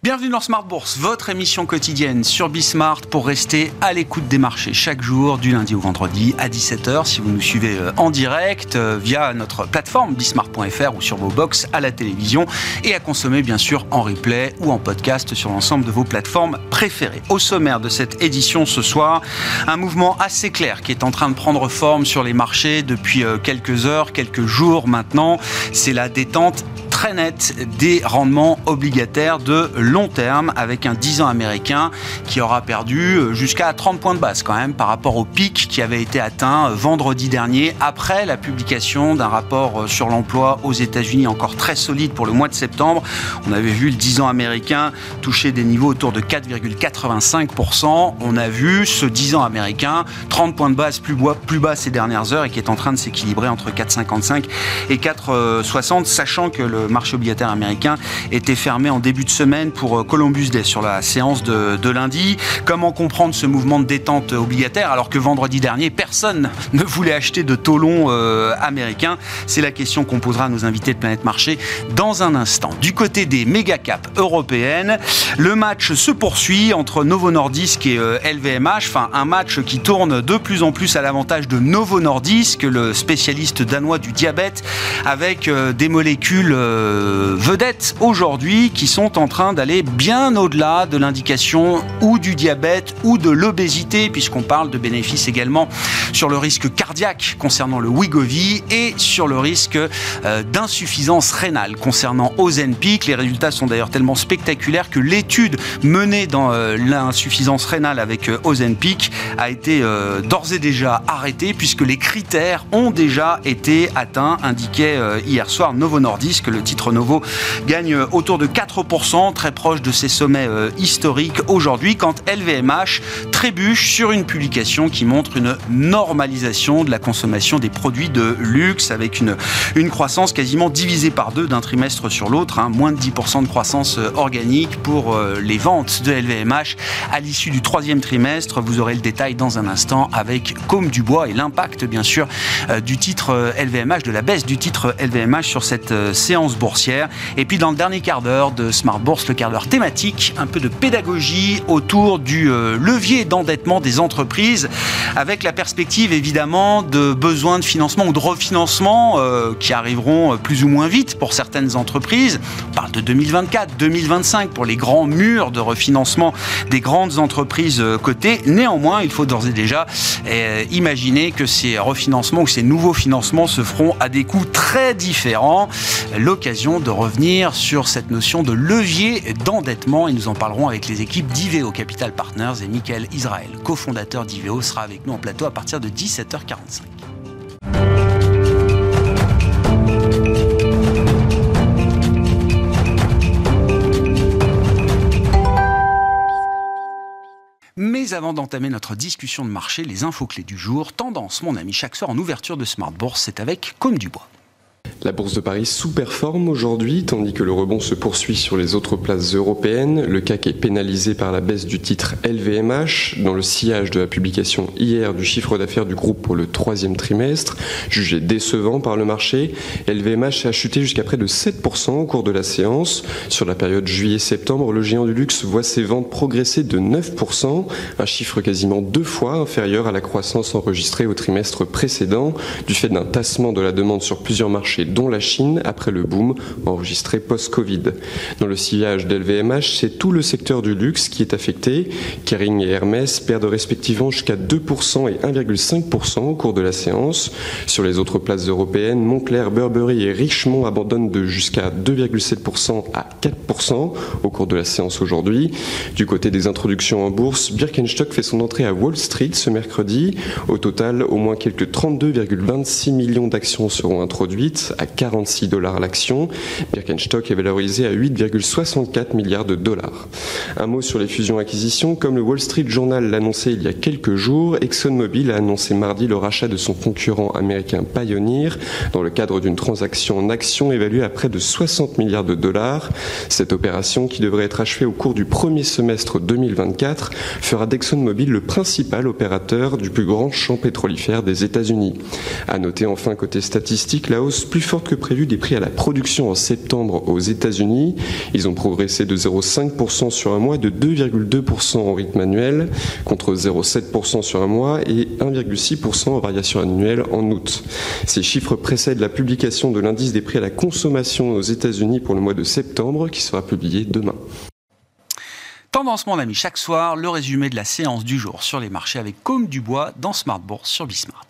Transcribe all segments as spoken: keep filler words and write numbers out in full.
Bienvenue dans Smart Bourse, votre émission quotidienne sur Bismart pour rester à l'écoute des marchés chaque jour, du lundi au vendredi à dix-sept heures. Si vous nous suivez en direct via notre plateforme bismart point f r ou sur vos box à la télévision, et à consommer bien sûr en replay ou en podcast sur l'ensemble de vos plateformes préférées. Au sommaire de cette édition ce soir, un mouvement assez clair qui est en train de prendre forme sur les marchés depuis quelques heures, quelques jours maintenant. C'est la détente très nette des rendements obligataires de long terme, avec un dix ans américain qui aura perdu jusqu'à trente points de base quand même par rapport au pic qui avait été atteint vendredi dernier après la publication d'un rapport sur l'emploi aux États-Unis encore très solide pour le mois de septembre. On avait vu le dix ans américain toucher des niveaux autour de quatre virgule quatre-vingt-cinq pour cent. On a vu ce dix ans américain trente points de base plus bas, plus bas ces dernières heures et qui est en train de s'équilibrer entre quatre virgule cinquante-cinq et quatre virgule soixante, sachant que le marché obligataire américain était fermé en début de semaine pour Columbus Day sur la séance de, de lundi. Comment comprendre ce mouvement de détente obligataire alors que vendredi dernier, personne ne voulait acheter de taux long euh, américains? C'est la question qu'on posera à nos invités de Planète Marché dans un instant. Du côté des méga caps européennes, le match se poursuit entre Novo Nordisk et euh, L V M H. Enfin, un match qui tourne de plus en plus à l'avantage de Novo Nordisk, le spécialiste danois du diabète, avec euh, des molécules euh, vedettes aujourd'hui qui sont en train d'aller bien au-delà de l'indication ou du diabète ou de l'obésité, puisqu'on parle de bénéfices également sur le risque cardiaque concernant le Wegovy et sur le risque euh, d'insuffisance rénale concernant Ozempic. Les résultats sont d'ailleurs tellement spectaculaires que l'étude menée dans euh, l'insuffisance rénale avec euh, Ozempic a été euh, d'ores et déjà arrêtée puisque les critères ont déjà été atteints, indiquait euh, hier soir Novo Nordisk. Le titre Novo gagne autour de quatre pour cent, très proche de ses sommets euh, historiques aujourd'hui, quand L V M H trébuche sur une publication qui montre une normalisation de la consommation des produits de luxe avec une, une croissance quasiment divisée par deux d'un trimestre sur l'autre, hein, moins de dix pour cent de croissance euh, organique pour euh, les ventes de L V M H à l'issue du troisième trimestre. Vous aurez le détail dans un instant avec Côme Dubois et l'impact bien sûr euh, du titre euh, L V M H, de la baisse du titre L V M H sur cette euh, séance boursière. Et puis dans le dernier quart d'heure de Smart Bourse, le quart d'heure thématique, un peu de pédagogie autour du euh, levier d'endettement des entreprises, avec la perspective évidemment de besoins de financement ou de refinancement euh, qui arriveront plus ou moins vite pour certaines entreprises. On parle de deux mille vingt-quatre, deux mille vingt-cinq pour les grands murs de refinancement des grandes entreprises cotées. Néanmoins, il faut d'ores et déjà euh, imaginer que ces refinancements ou ces nouveaux financements se feront à des coûts très différents. L'occasion de revenir sur cette notion de levier d'endettement, et nous en parlerons avec les équipes d'Iveo Capital Partners, et Michael Israël, cofondateur d'Iveo, sera avec nous en plateau à partir de dix-sept heures quarante-cinq. Mais avant d'entamer notre discussion de marché, les infos clés du jour, tendance, mon ami, chaque soir en ouverture de Smart Bourse, c'est avec Côme Dubois. La bourse de Paris sous-performe aujourd'hui, tandis que le rebond se poursuit sur les autres places européennes. Le C A C est pénalisé par la baisse du titre L V M H, dans le sillage de la publication hier du chiffre d'affaires du groupe pour le troisième trimestre, jugé décevant par le marché. L V M H a chuté jusqu'à près de sept pour cent au cours de la séance. Sur la période juillet-septembre, le géant du luxe voit ses ventes progresser de neuf pour cent, un chiffre quasiment deux fois inférieur à la croissance enregistrée au trimestre précédent, du fait d'un tassement de la demande sur plusieurs marchés, dont la Chine, après le boom enregistré post-Covid. Dans le sillage d'L V M H, c'est tout le secteur du luxe qui est affecté. Kering et Hermès perdent respectivement jusqu'à deux pour cent et un virgule cinq pour cent au cours de la séance. Sur les autres places européennes, Moncler, Burberry et Richemont abandonnent de jusqu'à deux virgule sept pour cent à quatre pour cent au cours de la séance aujourd'hui. Du côté des introductions en bourse, Birkenstock fait son entrée à Wall Street ce mercredi. Au total, au moins quelques trente-deux virgule vingt-six millions d'actions seront introduites à quarante-six dollars l'action. Birkenstock est valorisé à huit virgule soixante-quatre milliards de dollars. Un mot sur les fusions-acquisitions. Comme le Wall Street Journal l'annonçait il y a quelques jours, ExxonMobil a annoncé mardi le rachat de son concurrent américain Pioneer dans le cadre d'une transaction en actions évaluée à près de soixante milliards de dollars. Cette opération, qui devrait être achevée au cours du premier semestre deux mille vingt-quatre, fera d'ExxonMobil le principal opérateur du plus grand champ pétrolifère des États-Unis. À noter enfin côté statistique la hausse plus forte que prévue des prix à la production en septembre aux États-Unis. Ils ont progressé de zéro virgule cinq pour cent sur un mois, de deux virgule deux pour cent en rythme annuel, contre zéro virgule sept pour cent sur un mois et un virgule six pour cent en variation annuelle en août. Ces chiffres précèdent la publication de l'indice des prix à la consommation aux États-Unis pour le mois de septembre, qui sera publié demain. Tendance, mon ami, chaque soir, le résumé de la séance du jour sur les marchés avec Côme Dubois dans Smart Bourse sur Bismart.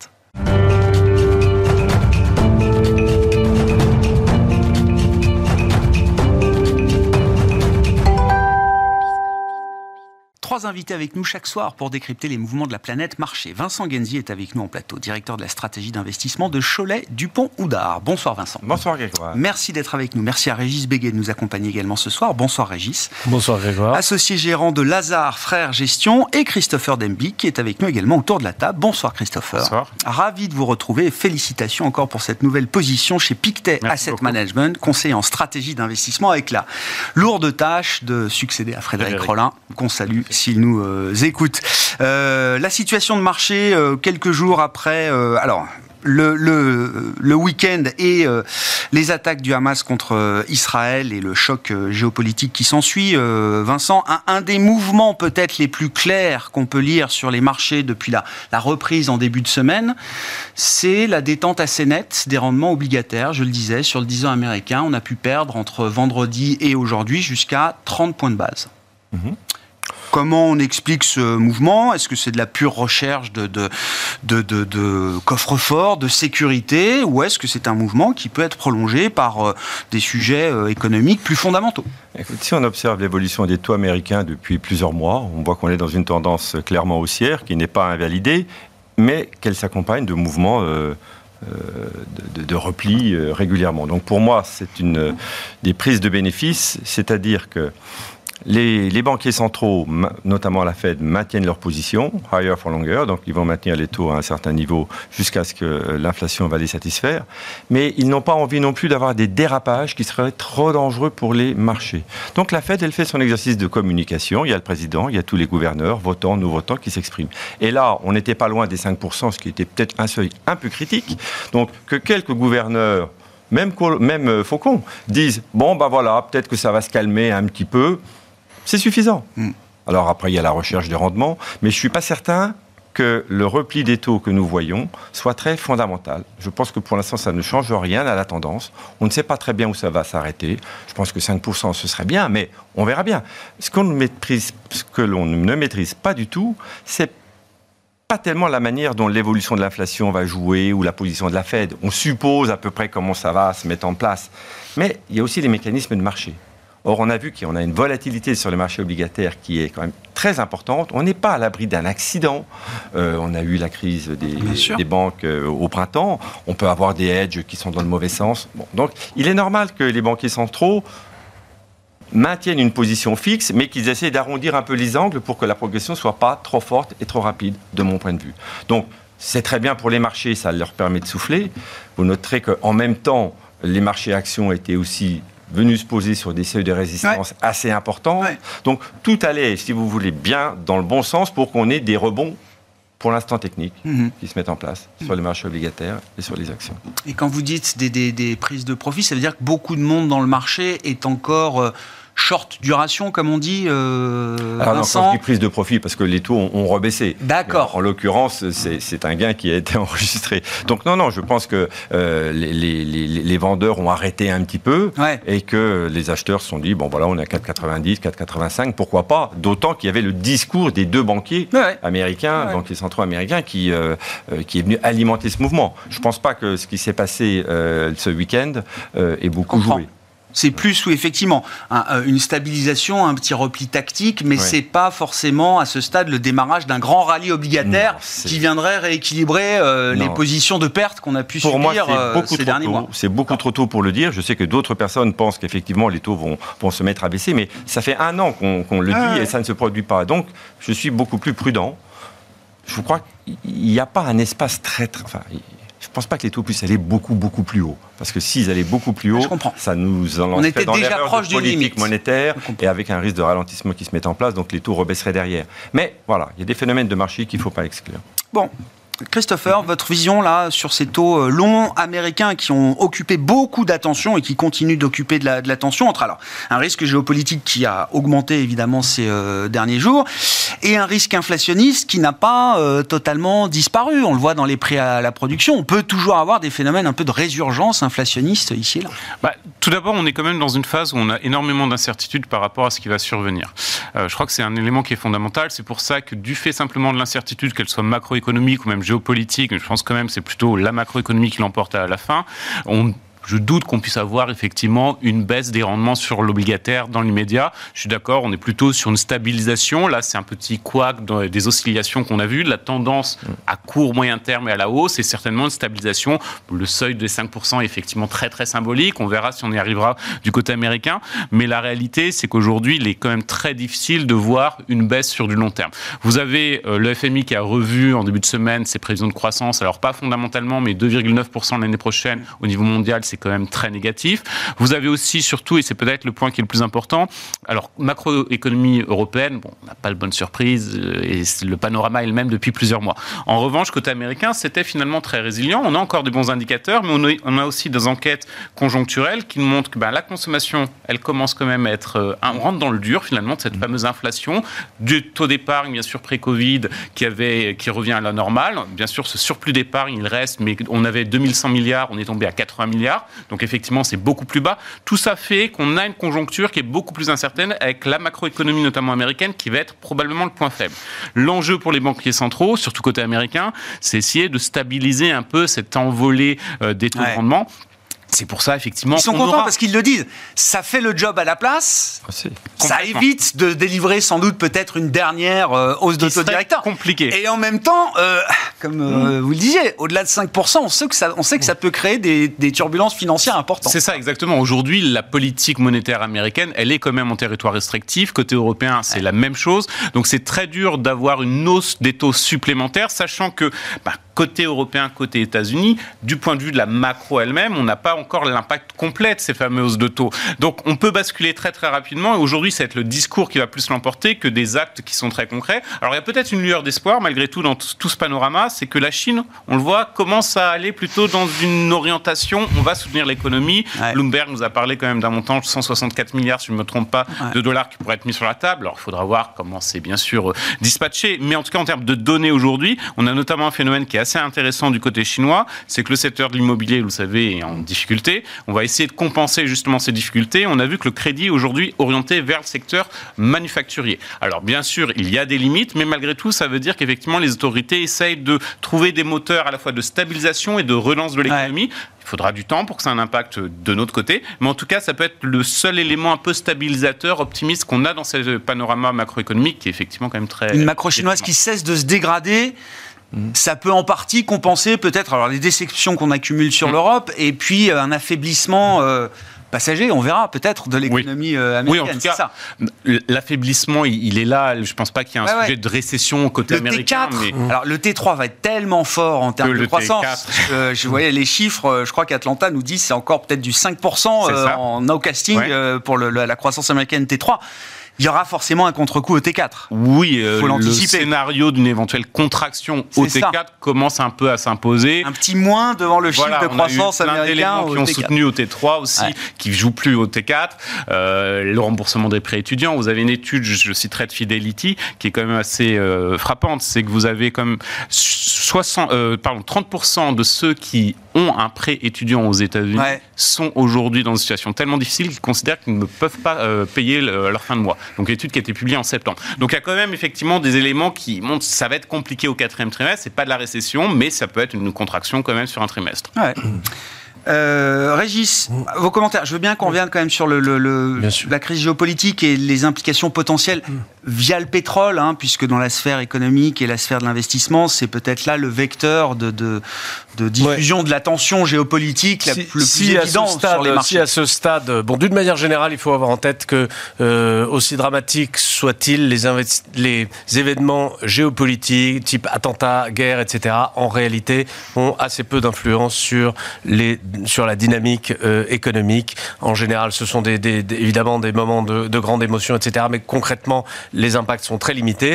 Trois invités avec nous chaque soir pour décrypter les mouvements de la planète marché. Vincent Genzi est avec nous en plateau, directeur de la stratégie d'investissement de Cholet Dupont Oudard. Bonsoir Vincent. Bonsoir Grégoire. Merci d'être avec nous. Merci à Régis Béguet de nous accompagner également ce soir. Bonsoir Régis. Bonsoir Grégoire. Associé gérant de Lazare Frères Gestion, et Christopher Demby qui est avec nous également autour de la table. Bonsoir Christopher. Bonsoir. Ravi de vous retrouver et félicitations encore pour cette nouvelle position chez Pictet Merci Asset beaucoup. Management, conseiller en stratégie d'investissement avec la lourde tâche de succéder à Frédéric Frédéric. Rollin, qu'on salue s'il nous euh, écoute. Euh, la situation de marché, euh, quelques jours après, euh, alors, le, le, le week-end et euh, les attaques du Hamas contre euh, Israël et le choc euh, géopolitique qui s'ensuit, euh, Vincent, un, un des mouvements peut-être les plus clairs qu'on peut lire sur les marchés depuis la, la reprise en début de semaine, c'est la détente assez nette des rendements obligataires. Je le disais, sur le dix ans américain, on a pu perdre entre vendredi et aujourd'hui jusqu'à trente points de base. Mmh. Comment on explique ce mouvement ? Est-ce que c'est de la pure recherche de, de, de, de, de coffre-fort, de sécurité, ou est-ce que c'est un mouvement qui peut être prolongé par euh, des sujets euh, économiques plus fondamentaux ? Écoute, si on observe l'évolution des taux américains depuis plusieurs mois, on voit qu'on est dans une tendance clairement haussière qui n'est pas invalidée, mais qu'elle s'accompagne de mouvements euh, euh, de, de, de repli euh, régulièrement. Donc pour moi, c'est une, euh, des prises de bénéfices, c'est-à-dire que Les, les banquiers centraux, notamment la Fed, maintiennent leur position, higher for longer, donc ils vont maintenir les taux à un certain niveau jusqu'à ce que l'inflation va les satisfaire. Mais ils n'ont pas envie non plus d'avoir des dérapages qui seraient trop dangereux pour les marchés. Donc la Fed, elle fait son exercice de communication. Il y a le président, il y a tous les gouverneurs, votants, non votants, qui s'expriment. Et là, on n'était pas loin des cinq pour cent, ce qui était peut-être un seuil un peu critique. Donc que quelques gouverneurs, même, même Faucon, disent « bon, ben voilà, peut-être que ça va se calmer un petit peu », c'est suffisant. Mm. Alors après, il y a la recherche des rendements, mais je ne suis pas certain que le repli des taux que nous voyons soit très fondamental. Je pense que pour l'instant, ça ne change rien à la tendance. On ne sait pas très bien où ça va s'arrêter. Je pense que cinq pour cent, ce serait bien, mais on verra bien. Ce qu'on maîtrise, ce que l'on ne maîtrise pas du tout, c'est pas tellement la manière dont l'évolution de l'inflation va jouer ou la position de la Fed. On suppose à peu près comment ça va se mettre en place. Mais il y a aussi les mécanismes de marché. Or, on a vu qu'on a une volatilité sur le marché obligataire qui est quand même très importante. On n'est pas à l'abri d'un accident. Euh, on a eu la crise des, des banques euh, au printemps. On peut avoir des hedges qui sont dans le mauvais sens. Bon, donc, il est normal que les banquiers centraux maintiennent une position fixe, mais qu'ils essaient d'arrondir un peu les angles pour que la progression ne soit pas trop forte et trop rapide, de mon point de vue. Donc, c'est très bien pour les marchés, ça leur permet de souffler. Vous noterez qu'en même temps, les marchés actions étaient aussi venu se poser sur des seuils de résistance ouais. assez importants. Ouais. Donc, tout allait, si vous voulez, bien dans le bon sens pour qu'on ait des rebonds, pour l'instant techniques, mm-hmm. qui se mettent en place mm-hmm. sur les marchés obligataires et sur les actions. Et quand vous dites des, des, des prises de profit, ça veut dire que beaucoup de monde dans le marché est encore... Euh short duration, comme on dit, euh, Alors non, quand je dis prise de profit, parce que les taux ont, ont rebaissé. D'accord. En l'occurrence, c'est, c'est un gain qui a été enregistré. Donc non, non, je pense que euh, les, les, les, les vendeurs ont arrêté un petit peu ouais. et que les acheteurs se sont dit, bon voilà, on est à quatre virgule quatre-vingt-dix, quatre virgule quatre-vingt-cinq, pourquoi pas ? D'autant qu'il y avait le discours des deux banquiers ouais. américains, ouais. banquiers centraux américains, qui, euh, qui est venu alimenter ce mouvement. Je ne pense pas que ce qui s'est passé euh, ce week-end euh, ait beaucoup joué. C'est plus, oui, effectivement, un, une stabilisation, un petit repli tactique, mais ouais. c'est pas forcément, à ce stade, le démarrage d'un grand rallye obligataire non, qui viendrait rééquilibrer euh, les positions de perte qu'on a pu pour subir moi, c'est beaucoup ces trop derniers tôt. mois. C'est beaucoup trop tôt pour le dire. Je sais que d'autres personnes pensent qu'effectivement, les taux vont, vont se mettre à baisser, mais ça fait un an qu'on, qu'on le ah, dit ouais. et ça ne se produit pas. Donc, je suis beaucoup plus prudent. Je crois qu'il n'y a pas un espace très... très enfin, je ne pense pas que les taux puissent aller beaucoup, beaucoup plus haut. Parce que s'ils allaient beaucoup plus haut, ça nous en lancerait dans l'erreur de politique monétaire et avec un risque de ralentissement qui se met en place, donc les taux rebaisseraient derrière. Mais voilà, il y a des phénomènes de marché qu'il ne faut pas exclure. Bon. Christopher, votre vision là sur ces taux longs américains qui ont occupé beaucoup d'attention et qui continuent d'occuper de, la, de l'attention entre alors un risque géopolitique qui a augmenté évidemment ces euh, derniers jours et un risque inflationniste qui n'a pas euh, totalement disparu. On le voit dans les prix à la production. On peut toujours avoir des phénomènes un peu de résurgence inflationniste ici et là. Bah, tout d'abord, on est quand même dans une phase où on a énormément d'incertitudes par rapport à ce qui va survenir. Euh, je crois que c'est un élément qui est fondamental. C'est pour ça que du fait simplement de l'incertitude, qu'elle soit macroéconomique ou même géopolitique, je pense quand même que c'est plutôt la macroéconomie qui l'emporte à la fin, on je doute qu'on puisse avoir effectivement une baisse des rendements sur l'obligataire dans l'immédiat. Je suis d'accord, on est plutôt sur une stabilisation. Là, c'est un petit couac dans des oscillations qu'on a vues. La tendance à court, moyen terme et à la hausse, c'est certainement une stabilisation. Le seuil des cinq pour cent est effectivement très, très symbolique. On verra si on y arrivera du côté américain. Mais la réalité, c'est qu'aujourd'hui, il est quand même très difficile de voir une baisse sur du long terme. Vous avez euh, le F M I qui a revu en début de semaine ses prévisions de croissance. Alors, pas fondamentalement, mais deux virgule neuf pour cent l'année prochaine au niveau mondial, c'est quand même très négatif. Vous avez aussi, surtout, et c'est peut-être le point qui est le plus important, alors, macroéconomie européenne, bon, on n'a pas de bonne surprise, et le panorama est le même depuis plusieurs mois. En revanche, côté américain, c'était finalement très résilient. On a encore de bons indicateurs, mais on a aussi des enquêtes conjoncturelles qui nous montrent que ben, la consommation, elle commence quand même à être... Euh, on rentre dans le dur, finalement, de cette fameuse inflation, du taux d'épargne, bien sûr, pré-Covid, qui, avait, qui revient à la normale. Bien sûr, ce surplus d'épargne, il reste, mais on avait deux mille cent milliards, on est tombé à quatre-vingts milliards. Donc effectivement, c'est beaucoup plus bas. Tout ça fait qu'on a une conjoncture qui est beaucoup plus incertaine avec la macroéconomie, notamment américaine, qui va être probablement le point faible. L'enjeu pour les banquiers centraux, surtout côté américain, c'est essayer de stabiliser un peu cette envolée euh, des taux ouais. de rendement. C'est pour ça, effectivement... Ils sont contents aura... parce qu'ils le disent. Ça fait le job à la place. Ah, ça évite de délivrer sans doute peut-être une dernière euh, hausse de taux directeur. Compliqué. Et en même temps, euh, comme euh, mmh. vous le disiez, au-delà de cinq pour cent, on sait que ça, on sait que ça peut créer des, des turbulences financières importantes. C'est ça, exactement. Aujourd'hui, la politique monétaire américaine, elle est quand même en territoire restrictif. Côté européen, c'est ouais. la même chose. Donc, c'est très dur d'avoir une hausse des taux supplémentaires, sachant que... Bah, côté européen, côté États-Unis, du point de vue de la macro elle-même, on n'a pas encore l'impact complet de ces fameuses hausses de taux. Donc, on peut basculer très très rapidement. Et aujourd'hui, ça va être le discours qui va plus l'emporter que des actes qui sont très concrets. Alors, il y a peut-être une lueur d'espoir, malgré tout, dans tout ce panorama, c'est que la Chine, on le voit, commence à aller plutôt dans une orientation. On va soutenir l'économie. Ouais. Bloomberg nous a parlé quand même d'un montant de cent soixante-quatre milliards, si je ne me trompe pas, ouais. de dollars qui pourraient être mis sur la table. Alors, il faudra voir comment c'est bien sûr dispatché. Mais en tout cas, en termes de données aujourd'hui, on a notamment un phénomène qui est assez intéressant du côté chinois, c'est que le secteur de l'immobilier, vous le savez, est en difficulté. On va essayer de compenser justement ces difficultés. On a vu que le crédit est aujourd'hui orienté vers le secteur manufacturier. Alors bien sûr, il y a des limites, mais malgré tout, ça veut dire qu'effectivement, les autorités essayent de trouver des moteurs à la fois de stabilisation et de relance de l'économie. Ouais. Il faudra du temps pour que ça ait un impact de notre côté, mais en tout cas, ça peut être le seul élément un peu stabilisateur, optimiste qu'on a dans ce panorama macroéconomique qui est effectivement quand même très... Une macro chinoise qui cesse de se dégrader. Ça peut en partie compenser peut-être alors les déceptions qu'on accumule sur mmh. l'Europe et puis euh, un affaiblissement euh, passager, on verra peut-être de l'économie oui. euh, américaine. Oui, en tout cas, ça. L'affaiblissement, il, il est là. Je ne pense pas qu'il y ait un ouais, sujet ouais. de récession côté le américain. T quatre, mais... Alors le T trois va être tellement fort en termes de croissance. Euh, je voyais les chiffres, je crois qu'Atlanta nous dit que c'est encore peut-être du cinq pour cent euh, en nowcasting ouais. euh, pour le, la croissance américaine T trois. Il y aura forcément un contre-coup au T quatre. Oui, euh, le scénario d'une éventuelle contraction au T quatre ça. commence un peu à s'imposer. Un petit moins devant le voilà, chiffre de croissance américain au T quatre. Qui ont soutenu au T trois aussi, ouais. qui ne jouent plus au T quatre. Euh, le remboursement des prêts étudiants. Vous avez une étude, je, je citerai de Fidelity, qui est quand même assez euh, frappante. C'est que vous avez comme soixante, euh, pardon, trente pour cent de ceux qui ont un prêt étudiant aux États-Unis ouais. sont aujourd'hui dans une situation tellement difficile qu'ils considèrent qu'ils ne peuvent pas euh, payer le, leur fin de mois. Donc l'étude qui a été publiée en septembre. Donc il y a quand même effectivement des éléments qui montrent que ça va être compliqué au quatrième trimestre. C'est pas de la récession, mais ça peut être une contraction quand même sur un trimestre. Ouais. Euh, Régis, vos commentaires. Je veux bien qu'on revienne quand même sur le, le, le, la crise géopolitique et les implications potentielles mm. via le pétrole, hein, puisque dans la sphère économique et la sphère de l'investissement, c'est peut-être là le vecteur de, de, de diffusion ouais. de la tension géopolitique la, si, le plus si évident stade, sur les marchés. Si à ce stade, bon, d'une manière générale, il faut avoir en tête que, euh, aussi dramatiques soient-ils les, investi- les événements géopolitiques, type attentats, guerre, et cetera, en réalité, ont assez peu d'influence sur les sur la dynamique euh, économique. En général, ce sont des, des, des, évidemment des moments de, de grande émotion, et cetera. Mais concrètement, les impacts sont très limités.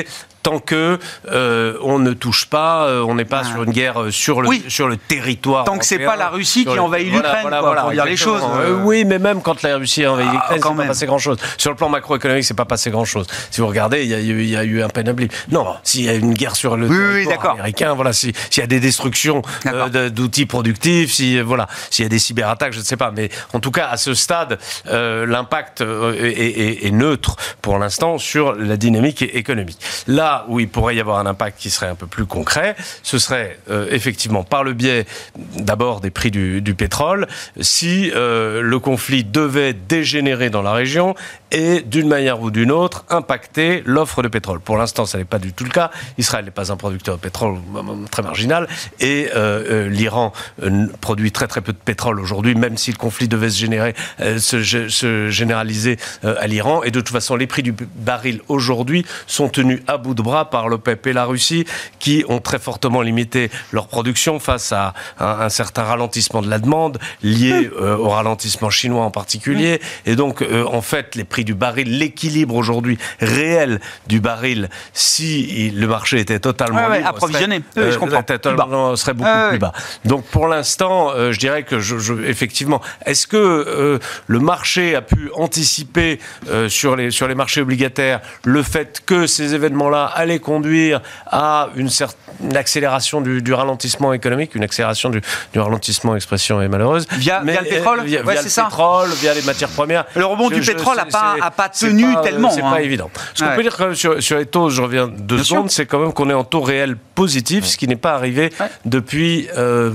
tant que euh, on ne touche pas, euh, on n'est pas ah. sur une guerre sur le, oui. sur le territoire. Tant que c'est pas la Russie qui envahit l'Ukraine, voilà, voilà, quoi, voilà, pour dire les choses. Euh, oui, mais même quand la Russie a envahi l'Ukraine, ah, c'est pas passé grand-chose. Sur le plan macroéconomique, c'est pas passé grand-chose. Si vous regardez, il y a eu, il y a eu un pénible. Non, s'il y a une guerre sur le oui, territoire oui, américain, voilà, s'il si y a des destructions euh, d'outils productifs, si voilà, s'il y a des cyberattaques, je ne sais pas. Mais en tout cas, à ce stade, euh, l'impact euh, est, est, est neutre pour l'instant sur la dynamique économique. Là où il pourrait y avoir un impact qui serait un peu plus concret, ce serait euh, effectivement par le biais d'abord des prix du, du pétrole, si euh, le conflit devait dégénérer dans la région et d'une manière ou d'une autre impacter l'offre de pétrole. Pour l'instant, ça n'est pas du tout le cas. Israël n'est pas un producteur de pétrole très marginal et euh, euh, l'Iran euh, produit très très peu de pétrole aujourd'hui, même si le conflit devait se, générer, euh, se, se généraliser euh, à l'Iran. Et de toute façon, les prix du baril aujourd'hui sont tenus à bout de bras par l'OPEP et la Russie, qui ont très fortement limité leur production face à un, un certain ralentissement de la demande lié euh, au ralentissement chinois en particulier. Et donc, euh, en fait, les prix du baril, l'équilibre aujourd'hui réel du baril, si le marché était totalement ouais, ouais, libre, approvisionné, serait, euh, je comprends, totalement, serait beaucoup euh, plus bas. Donc pour l'instant, euh, je dirais que je, je, effectivement, est-ce que euh, le marché a pu anticiper euh, sur les sur les marchés obligataires le fait que ces événements-là allaient conduire à une certaine une accélération du, du ralentissement économique, une accélération du, du ralentissement, expression est malheureuse. Via, mais, via le pétrole, euh, via, ouais, via c'est le ça. pétrole, via les matières premières. Le rebond je, du je, pétrole n'a pas, a pas tenu pas, tellement. C'est hein. pas évident. Ce qu'on ouais. peut dire quand même sur, sur les taux, je reviens deux Bien secondes, sûr. c'est quand même qu'on est en taux réel positif, ouais. ce qui n'est pas arrivé ouais. depuis... Euh,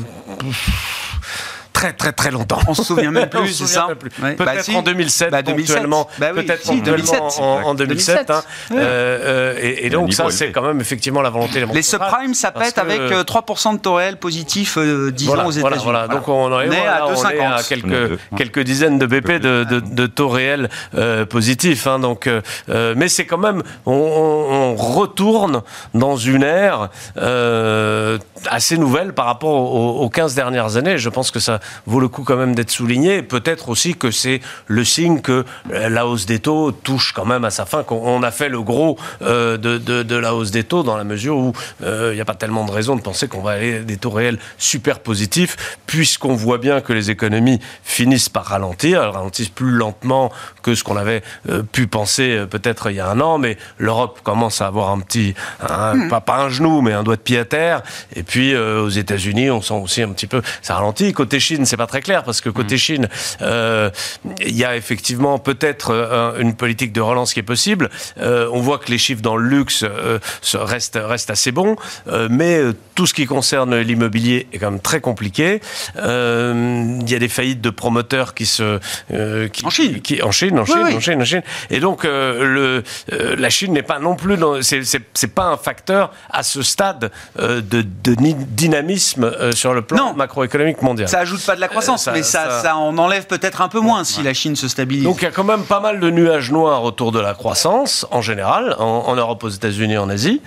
très très très longtemps. On se souvient même plus, c'est ça plus. Ouais. Peut-être bah, si. en deux mille sept, bah, ponctuellement. Bah, oui. Peut-être si, deux mille sept. En, en deux mille sept. Hein. Ouais. Euh, et, et donc ça, c'est quand même effectivement la volonté. Les subprimes, ça pète que... avec euh, trois pour cent de taux réel positif, euh, dix voilà, ans aux États-Unis. Voilà, voilà. Donc on, on est, est voilà, à deux virgule cinquante. On est à quelques, quelques dizaines de B P de, de, de taux réel euh, positifs. Hein. Donc, euh, mais c'est quand même, on, on retourne dans une ère euh, assez nouvelle par rapport aux, aux quinze dernières années. Je pense que ça vaut le coup quand même d'être souligné. Peut-être aussi que c'est le signe que la hausse des taux touche quand même à sa fin, qu'on a fait le gros euh, de, de, de la hausse des taux dans la mesure où il euh, n'y a pas tellement de raison de penser qu'on va aller à des taux réels super positifs, puisqu'on voit bien que les économies finissent par ralentir. Elles ralentissent plus lentement que ce qu'on avait euh, pu penser euh, peut-être il y a un an, mais l'Europe commence à avoir un petit, un, mmh. pas, pas un genou, mais un doigt de pied à terre. Et puis euh, aux États-Unis, on sent aussi un petit peu ça ralentit. Côté Chine, c'est pas très clair, parce que côté mmh. Chine, il euh, y a effectivement peut-être euh, une politique de relance qui est possible. Euh, on voit que les chiffres dans le luxe euh, restent, restent assez bons, euh, mais euh, tout ce qui concerne l'immobilier est quand même très compliqué. Il euh, y a des faillites de promoteurs qui se... Euh, qui, en Chine qui, En Chine, en Chine, oui, oui. en Chine, en Chine. Et donc, euh, le, euh, la Chine n'est pas non plus... Dans, c'est, c'est, c'est pas un facteur à ce stade euh, de, de dynamisme euh, sur le plan non. macroéconomique mondial. Ça ajoute pas de la croissance, euh, ça, mais ça, ça... ça en enlève peut-être un peu moins si ouais. la Chine se stabilise. Donc il y a quand même pas mal de nuages noirs autour de la croissance, en général, en, en Europe, aux États-Unis, en Asie.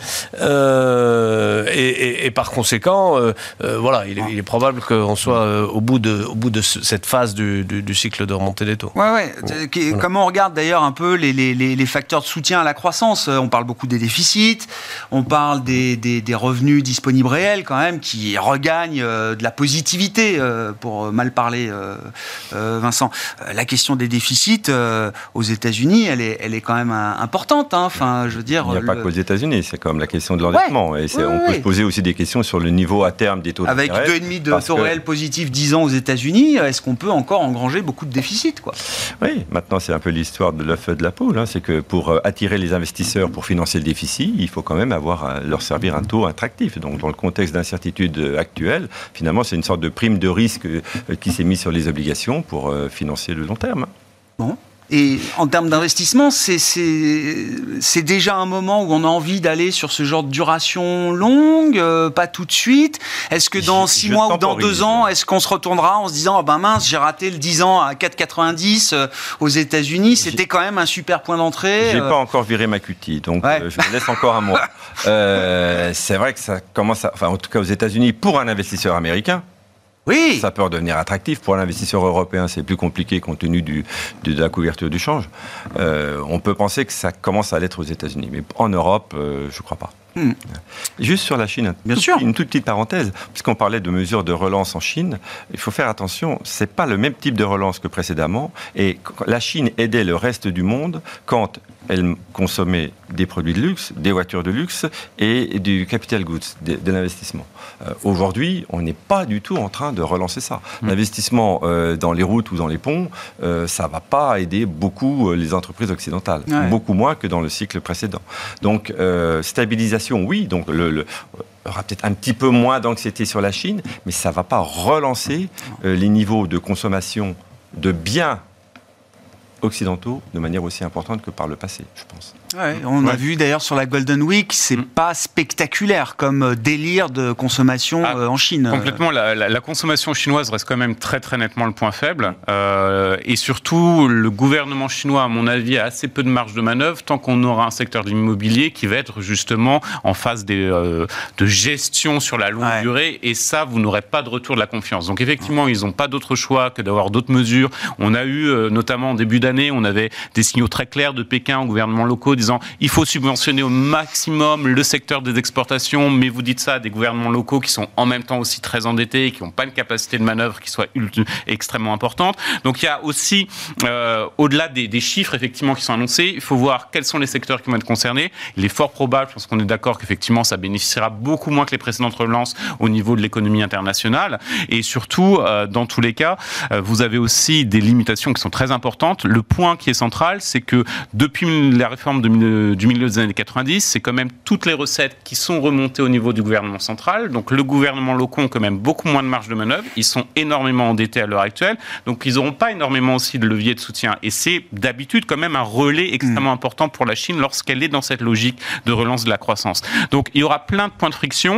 Euh, et, et, et par conséquent, euh, euh, voilà, il est, il est probable qu'on soit euh, au, bout de, au bout de ce, cette phase du, du, du cycle de remontée des taux. Ouais, ouais. Bon, voilà. Comment on regarde d'ailleurs un peu les, les, les facteurs de soutien à la croissance? On parle beaucoup des déficits, on parle des, des, des revenus disponibles réels quand même, qui regagnent euh, de la positivité, euh, pour mal parler, euh, euh, Vincent. La question des déficits euh, aux États-Unis, elle est, elle est quand même euh, importante. Hein. Enfin, je veux dire. Il n'y a le... pas qu'aux États-Unis, c'est comme la question de l'endettement. Ouais, et c'est, ouais, on ouais. peut se poser aussi des questions sur le niveau à terme des taux Avec d'intérêt. deux virgule cinq de taux que... réel positif dix ans aux États-Unis, est-ce qu'on peut encore engranger beaucoup de déficits, quoi? Oui, maintenant c'est un peu l'histoire de l'œuf et de la poule. Hein. C'est que pour attirer les investisseurs, pour financer le déficit, il faut quand même avoir leur servir un taux attractif. Donc dans le contexte d'incertitude actuelle, finalement c'est une sorte de prime de risque qui s'est mise sur les obligations pour financer le long terme. Bon. Et en termes d'investissement, c'est, c'est, c'est déjà un moment où on a envie d'aller sur ce genre de duration longue, euh, pas tout de suite. Est-ce que dans six mois ou dans deux ans, est-ce qu'on se retournera en se disant oh ben mince, j'ai raté le dix ans à quatre virgule quatre-vingt-dix euh, aux États-Unis, c'était j'ai... quand même un super point d'entrée. J'ai euh... pas encore viré ma cutie, donc ouais. euh, je me laisse encore un mois. euh, c'est vrai que ça commence à, enfin en tout cas aux États-Unis pour un investisseur américain. Oui. Ça peut devenir attractif. Pour l'investisseur européen, c'est plus compliqué compte tenu du, de, de la couverture du change. Euh, on peut penser que ça commence à l'être aux États-Unis. Mais en Europe, euh, je ne crois pas. Hmm. Juste sur la Chine, Bien tout, sûr. une toute petite parenthèse, puisqu'on parlait de mesures de relance en Chine, il faut faire attention, ce n'est pas le même type de relance que précédemment, et la Chine aidait le reste du monde quand elle consommait des produits de luxe, des voitures de luxe et du capital goods, de, de l'investissement. Euh, aujourd'hui, on n'est pas du tout en train de relancer ça. Mmh. L'investissement euh, dans les routes ou dans les ponts, euh, ça ne va pas aider beaucoup euh, les entreprises occidentales, ouais. beaucoup moins que dans le cycle précédent. Donc, euh, stabilisation, oui, donc le, le il y aura peut-être un petit peu moins d'anxiété sur la Chine, mais ça ne va pas relancer euh, les niveaux de consommation de biens occidentaux de manière aussi importante que par le passé, je pense. Ouais, on ouais. a vu d'ailleurs sur la Golden Week, c'est mmh. pas spectaculaire comme délire de consommation ah, en Chine. Complètement, la, la, la consommation chinoise reste quand même très très nettement le point faible. Euh, et surtout, le gouvernement chinois, à mon avis, a assez peu de marge de manœuvre tant qu'on aura un secteur de l'immobilier qui va être justement en phase des, euh, de gestion sur la longue ouais. durée. Et ça, vous n'aurez pas de retour de la confiance. Donc effectivement, ils n'ont pas d'autre choix que d'avoir d'autres mesures. On a eu, euh, notamment en début d'année, on avait des signaux très clairs de Pékin aux gouvernements locaux disant il faut subventionner au maximum le secteur des exportations, mais vous dites ça à des gouvernements locaux qui sont en même temps aussi très endettés et qui n'ont pas une capacité de manœuvre qui soit ultra, extrêmement importante. Donc il y a aussi, euh, au-delà des, des chiffres effectivement qui sont annoncés, il faut voir quels sont les secteurs qui vont être concernés. Il est fort probable, je pense qu'on est d'accord qu'effectivement ça bénéficiera beaucoup moins que les précédentes relances au niveau de l'économie internationale. Et surtout, euh, dans tous les cas, euh, vous avez aussi des limitations qui sont très importantes. Le point qui est central, c'est que depuis la réforme de, du milieu des années quatre-vingt-dix, c'est quand même toutes les recettes qui sont remontées au niveau du gouvernement central. Donc le gouvernement locaux ont quand même beaucoup moins de marge de manœuvre. Ils sont énormément endettés à l'heure actuelle. Donc ils n'auront pas énormément aussi de levier de soutien. Et c'est d'habitude quand même un relais extrêmement mmh. important pour la Chine lorsqu'elle est dans cette logique de relance de la croissance. Donc il y aura plein de points de friction.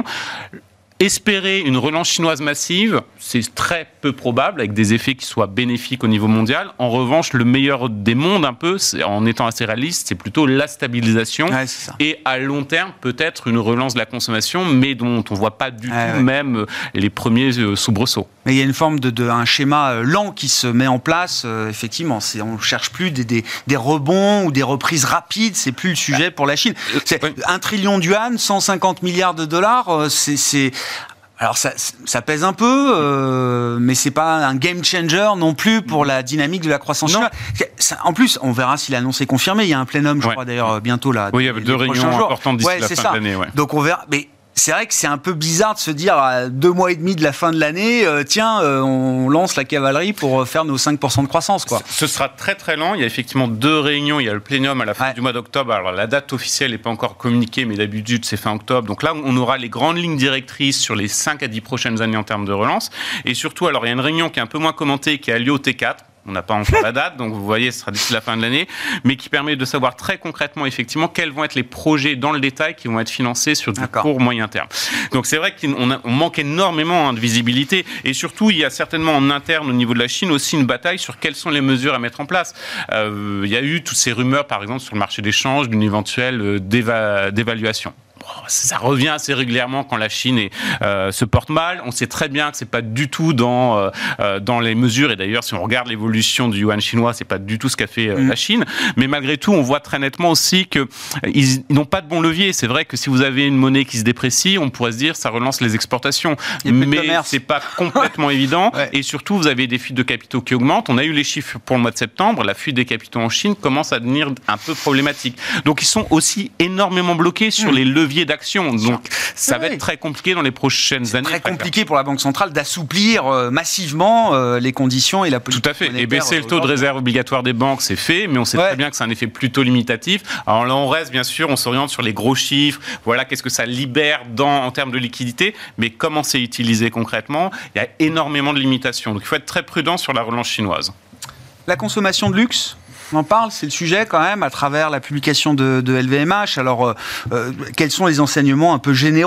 Espérer une relance chinoise massive, c'est très peu probable, avec des effets qui soient bénéfiques au niveau mondial. En revanche, le meilleur des mondes, un peu, c'est, en étant assez réaliste, c'est plutôt la stabilisation. Ouais, c'est ça. Et à long terme, peut-être une relance de la consommation, mais dont on ne voit pas du ouais, tout ouais. même les premiers soubresauts. Mais il y a une forme de, de un schéma lent qui se met en place, euh, effectivement. C'est, on ne cherche plus des, des, des rebonds ou des reprises rapides, c'est plus le sujet pour la Chine. C'est oui. Un trillion d'yuan, cent cinquante milliards de dollars, c'est... c'est... Alors ça, ça pèse un peu, euh, mais c'est pas un game changer non plus pour la dynamique de la croissance chinoise. En plus, on verra si l'annonce est confirmée. Il y a un plénum, je ouais. crois d'ailleurs bientôt là. Oui, il y a deux réunions importantes d'ici ouais, la fin ça. de l'année. Ouais. Donc on verra. Mais c'est vrai que c'est un peu bizarre de se dire à deux mois et demi de la fin de l'année, euh, tiens, euh, on lance la cavalerie pour faire nos cinq pour cent de croissance, quoi. Ce sera très très lent. Il y a effectivement deux réunions. Il y a le plénium à la fin ouais. du mois d'octobre. Alors la date officielle n'est pas encore communiquée, mais d'habitude c'est fin octobre. Donc là, on aura les grandes lignes directrices sur les cinq à dix prochaines années en termes de relance. Et surtout, alors il y a une réunion qui est un peu moins commentée, qui a lieu au T quatre. On n'a pas encore la date, donc vous voyez, ce sera d'ici la fin de l'année, mais qui permet de savoir très concrètement, effectivement, quels vont être les projets dans le détail qui vont être financés sur du D'accord. court, moyen terme. Donc c'est vrai qu'on a, on manque énormément hein, de visibilité, et surtout, il y a certainement en interne, au niveau de la Chine, aussi une bataille sur quelles sont les mesures à mettre en place. Euh, il y a eu toutes ces rumeurs, par exemple, sur le marché des changes, d'une éventuelle déva- dévaluation. Ça revient assez régulièrement quand la Chine est, euh, se porte mal. On sait très bien que c'est pas du tout dans euh, dans les mesures. Et d'ailleurs, si on regarde l'évolution du yuan chinois, c'est pas du tout ce qu'a fait euh, mmh. la Chine. Mais malgré tout, on voit très nettement aussi que euh, ils, ils n'ont pas de bon levier. C'est vrai que si vous avez une monnaie qui se déprécie, on pourrait se dire ça relance les exportations. Mais c'est pas complètement évident. Ouais. Et surtout, vous avez des fuites de capitaux qui augmentent. On a eu les chiffres pour le mois de septembre. La fuite des capitaux en Chine commence à devenir un peu problématique. Donc, ils sont aussi énormément bloqués sur mmh. les leviers d'action. Donc, ça oui. va être très compliqué dans les prochaines c'est années. C'est très compliqué pour la Banque centrale d'assouplir euh, massivement euh, les conditions et la politique. Tout à fait. Et baisser le taux de réserve obligatoire des banques, c'est fait, mais on sait ouais. très bien que c'est un effet plutôt limitatif. Alors là, on reste, bien sûr, on s'oriente sur les gros chiffres. Voilà, qu'est-ce que ça libère dans, en termes de liquidité, mais comment c'est utilisé concrètement? Il y a énormément de limitations. Donc, il faut être très prudent sur la relance chinoise. La consommation de luxe, on en parle, c'est le sujet quand même, à travers la publication de, de L V M H. Alors, euh, euh, quels sont les enseignements un peu généraux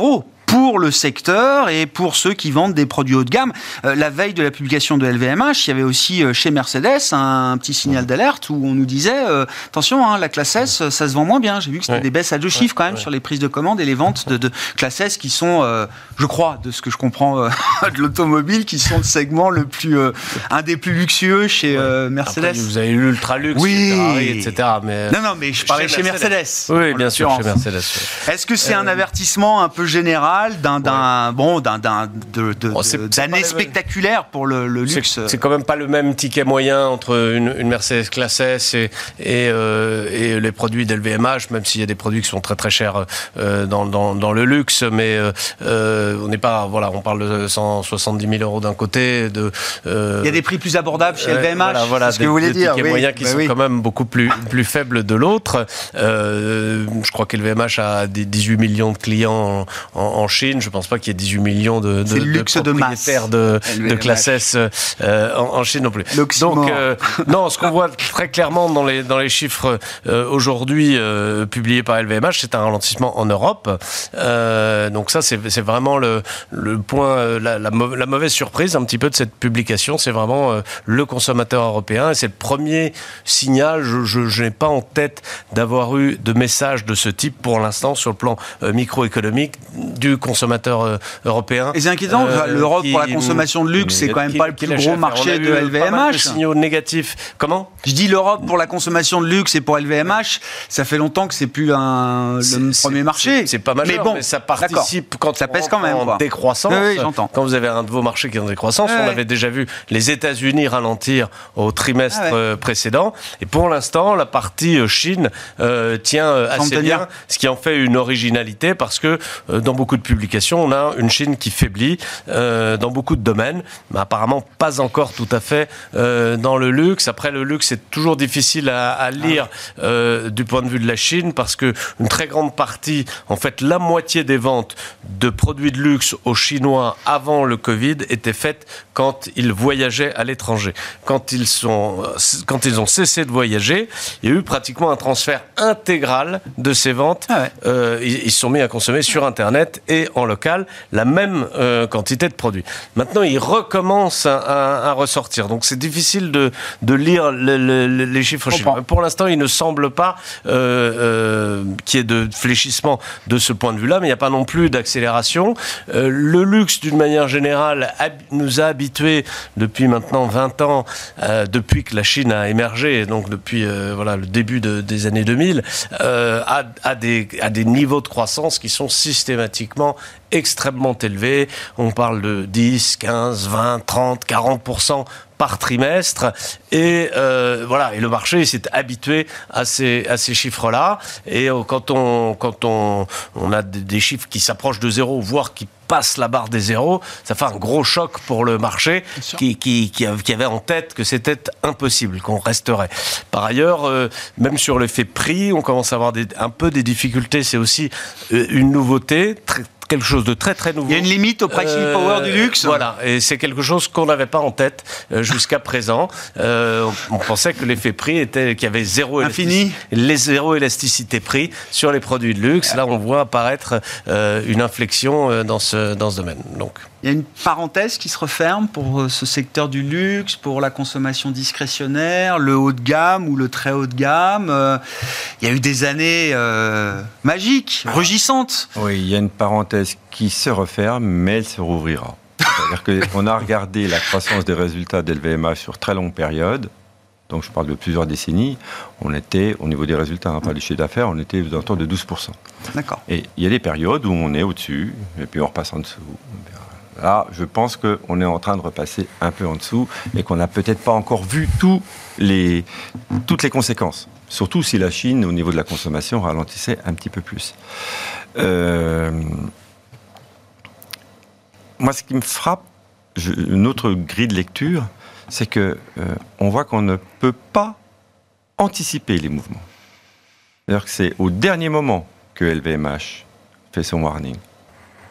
pour le secteur et pour ceux qui vendent des produits haut de gamme. Euh, la veille de la publication de L V M H, il y avait aussi euh, chez Mercedes un, un petit signal d'alerte où on nous disait euh, attention, hein, la classe S, ça se vend moins bien. J'ai vu que c'était ouais. des baisses à deux chiffres ouais, quand même ouais. sur les prises de commandes et les ventes de, de classe S qui sont, euh, je crois, de ce que je comprends euh, de l'automobile, qui sont le segment le plus, euh, un des plus luxueux chez euh, Mercedes. Après, vous avez l'ultra luxe, oui. Ferrari, et cetera. Mais non, non, mais je parlais chez, chez Mercedes. Mercedes. Oui, bien sûr, chez Mercedes. Ouais. Est-ce que c'est euh... un avertissement un peu général d'un, d'un, ouais. bon, d'un, d'un, de, de, oh, c'est, d'année c'est spectaculaire pour le, le luxe? C'est, c'est quand même pas le même ticket moyen entre une, une Mercedes classe S et, et, euh, et les produits d'L V M H, même s'il y a des produits qui sont très très chers euh, dans, dans, dans le luxe, mais euh, on n'est pas, voilà, on parle de cent soixante-dix mille euros d'un côté. De, euh, Il y a des prix plus abordables chez euh, L V M H, voilà, voilà, c'est ce que vous voulez dire. Des tickets oui. moyens qui bah sont oui. quand même beaucoup plus, plus faibles de l'autre. Euh, je crois qu'L V M H a des dix-huit millions de clients en, en, en Chine. Je ne pense pas qu'il y ait dix-huit millions de, de, de propriétaires de, de, de classe S euh, en, en Chine non plus. L'Oxymore. Donc, euh, non, ce qu'on voit très clairement dans les, dans les chiffres euh, aujourd'hui euh, publiés par L V M H, c'est un ralentissement en Europe. Euh, donc ça, c'est, c'est vraiment le, le point, la, la, la mauvaise surprise un petit peu de cette publication. C'est vraiment euh, le consommateur européen. Et c'est le premier signal. Je, je, je n'ai pas en tête d'avoir eu de message de ce type pour l'instant sur le plan euh, microéconomique du consommateur euh, européen. Et c'est inquiétant, euh, l'Europe qui, pour la consommation de luxe, c'est quand même qui, pas le plus gros marché de L V M H. De signaux négatifs. Comment ? Je dis l'Europe pour la consommation de luxe et pour L V M H, ça fait longtemps que c'est plus un, c'est, le premier c'est, marché. C'est, c'est pas majeur, mais, bon, mais ça participe quand ça pèse quand même en quoi. décroissance. Oui, oui, j'entends. Quand vous avez un de vos marchés qui est en décroissance, oui. On avait déjà vu les États-Unis ralentir au trimestre ah ouais. précédent. Et pour l'instant, la partie Chine euh, tient assez bien, ce qui en fait une originalité parce que euh, dans beaucoup de publications, on a une Chine qui faiblit euh, dans beaucoup de domaines, mais apparemment pas encore tout à fait euh, dans le luxe. Après, le luxe, c'est toujours difficile à, à lire euh, du point de vue de la Chine parce que une très grande partie, en fait, la moitié des ventes de produits de luxe aux Chinois avant le Covid étaient faites quand ils voyageaient à l'étranger. Quand ils sont, quand ils ont cessé de voyager, il y a eu pratiquement un transfert intégral de ces ventes. Ah ouais. euh, ils, ils se sont mis à consommer sur Internet et en local la même euh, quantité de produits. Maintenant, ils recommencent à, à, à ressortir. Donc, c'est difficile de, de lire le, le, les chiffres chinois. Pour l'instant, il ne semble pas euh, euh, qu'il y ait de fléchissement de ce point de vue-là, mais il n'y a pas non plus d'accélération. Euh, le luxe, d'une manière générale, hab- nous a habitués depuis maintenant vingt ans, euh, depuis que la Chine a émergé, donc depuis euh, voilà, le début de, des années deux mille, euh, à, à, des, à des niveaux de croissance qui sont systématiquement extrêmement élevés. On parle de dix, quinze, vingt, trente, quarante pour cent par trimestre. Et euh, voilà, et le marché s'est habitué à ces, à ces chiffres-là. Et euh, quand on, quand on, on a des, des chiffres qui s'approchent de zéro, voire qui passe la barre des zéros, ça fait un gros choc pour le marché qui, qui, qui, qui avait en tête que c'était impossible, qu'on resterait. Par ailleurs, euh, même sur l'effet prix, on commence à avoir des, un peu des difficultés. C'est aussi euh, une nouveauté, très, quelque chose de très très nouveau. Il y a une limite au pricing euh, power du luxe. Voilà, et c'est quelque chose qu'on n'avait pas en tête euh, jusqu'à présent. Euh, on, on pensait que l'effet prix était qu'il y avait zéro infini, les zéro élasticité prix sur les produits de luxe. Là, on voit apparaître euh, une inflexion euh, dans ce dans ce domaine. Donc. Il y a une parenthèse qui se referme pour ce secteur du luxe, pour la consommation discrétionnaire, le haut de gamme ou le très haut de gamme. Euh, il y a eu des années euh, magiques, rugissantes. Oui, il y a une parenthèse qui se referme, mais elle se rouvrira. C'est-à-dire qu'on a regardé la croissance des résultats d'L V M H sur très longue période. Donc je parle de plusieurs décennies, on était, au niveau des résultats, hein, pas du chiffre d'affaires, on était aux alentours de douze pour cent. D'accord. Et il y a des périodes où on est au-dessus, et puis on repasse en dessous. Là, je pense qu'on est en train de repasser un peu en dessous et qu'on n'a peut-être pas encore vu tous les, toutes les conséquences. Surtout si la Chine, au niveau de la consommation, ralentissait un petit peu plus. Euh, moi, ce qui me frappe, je, une autre grille de lecture, c'est qu'on euh, voit qu'on ne peut pas anticiper les mouvements. C'est-à-dire que c'est au dernier moment que L V M H fait son warning.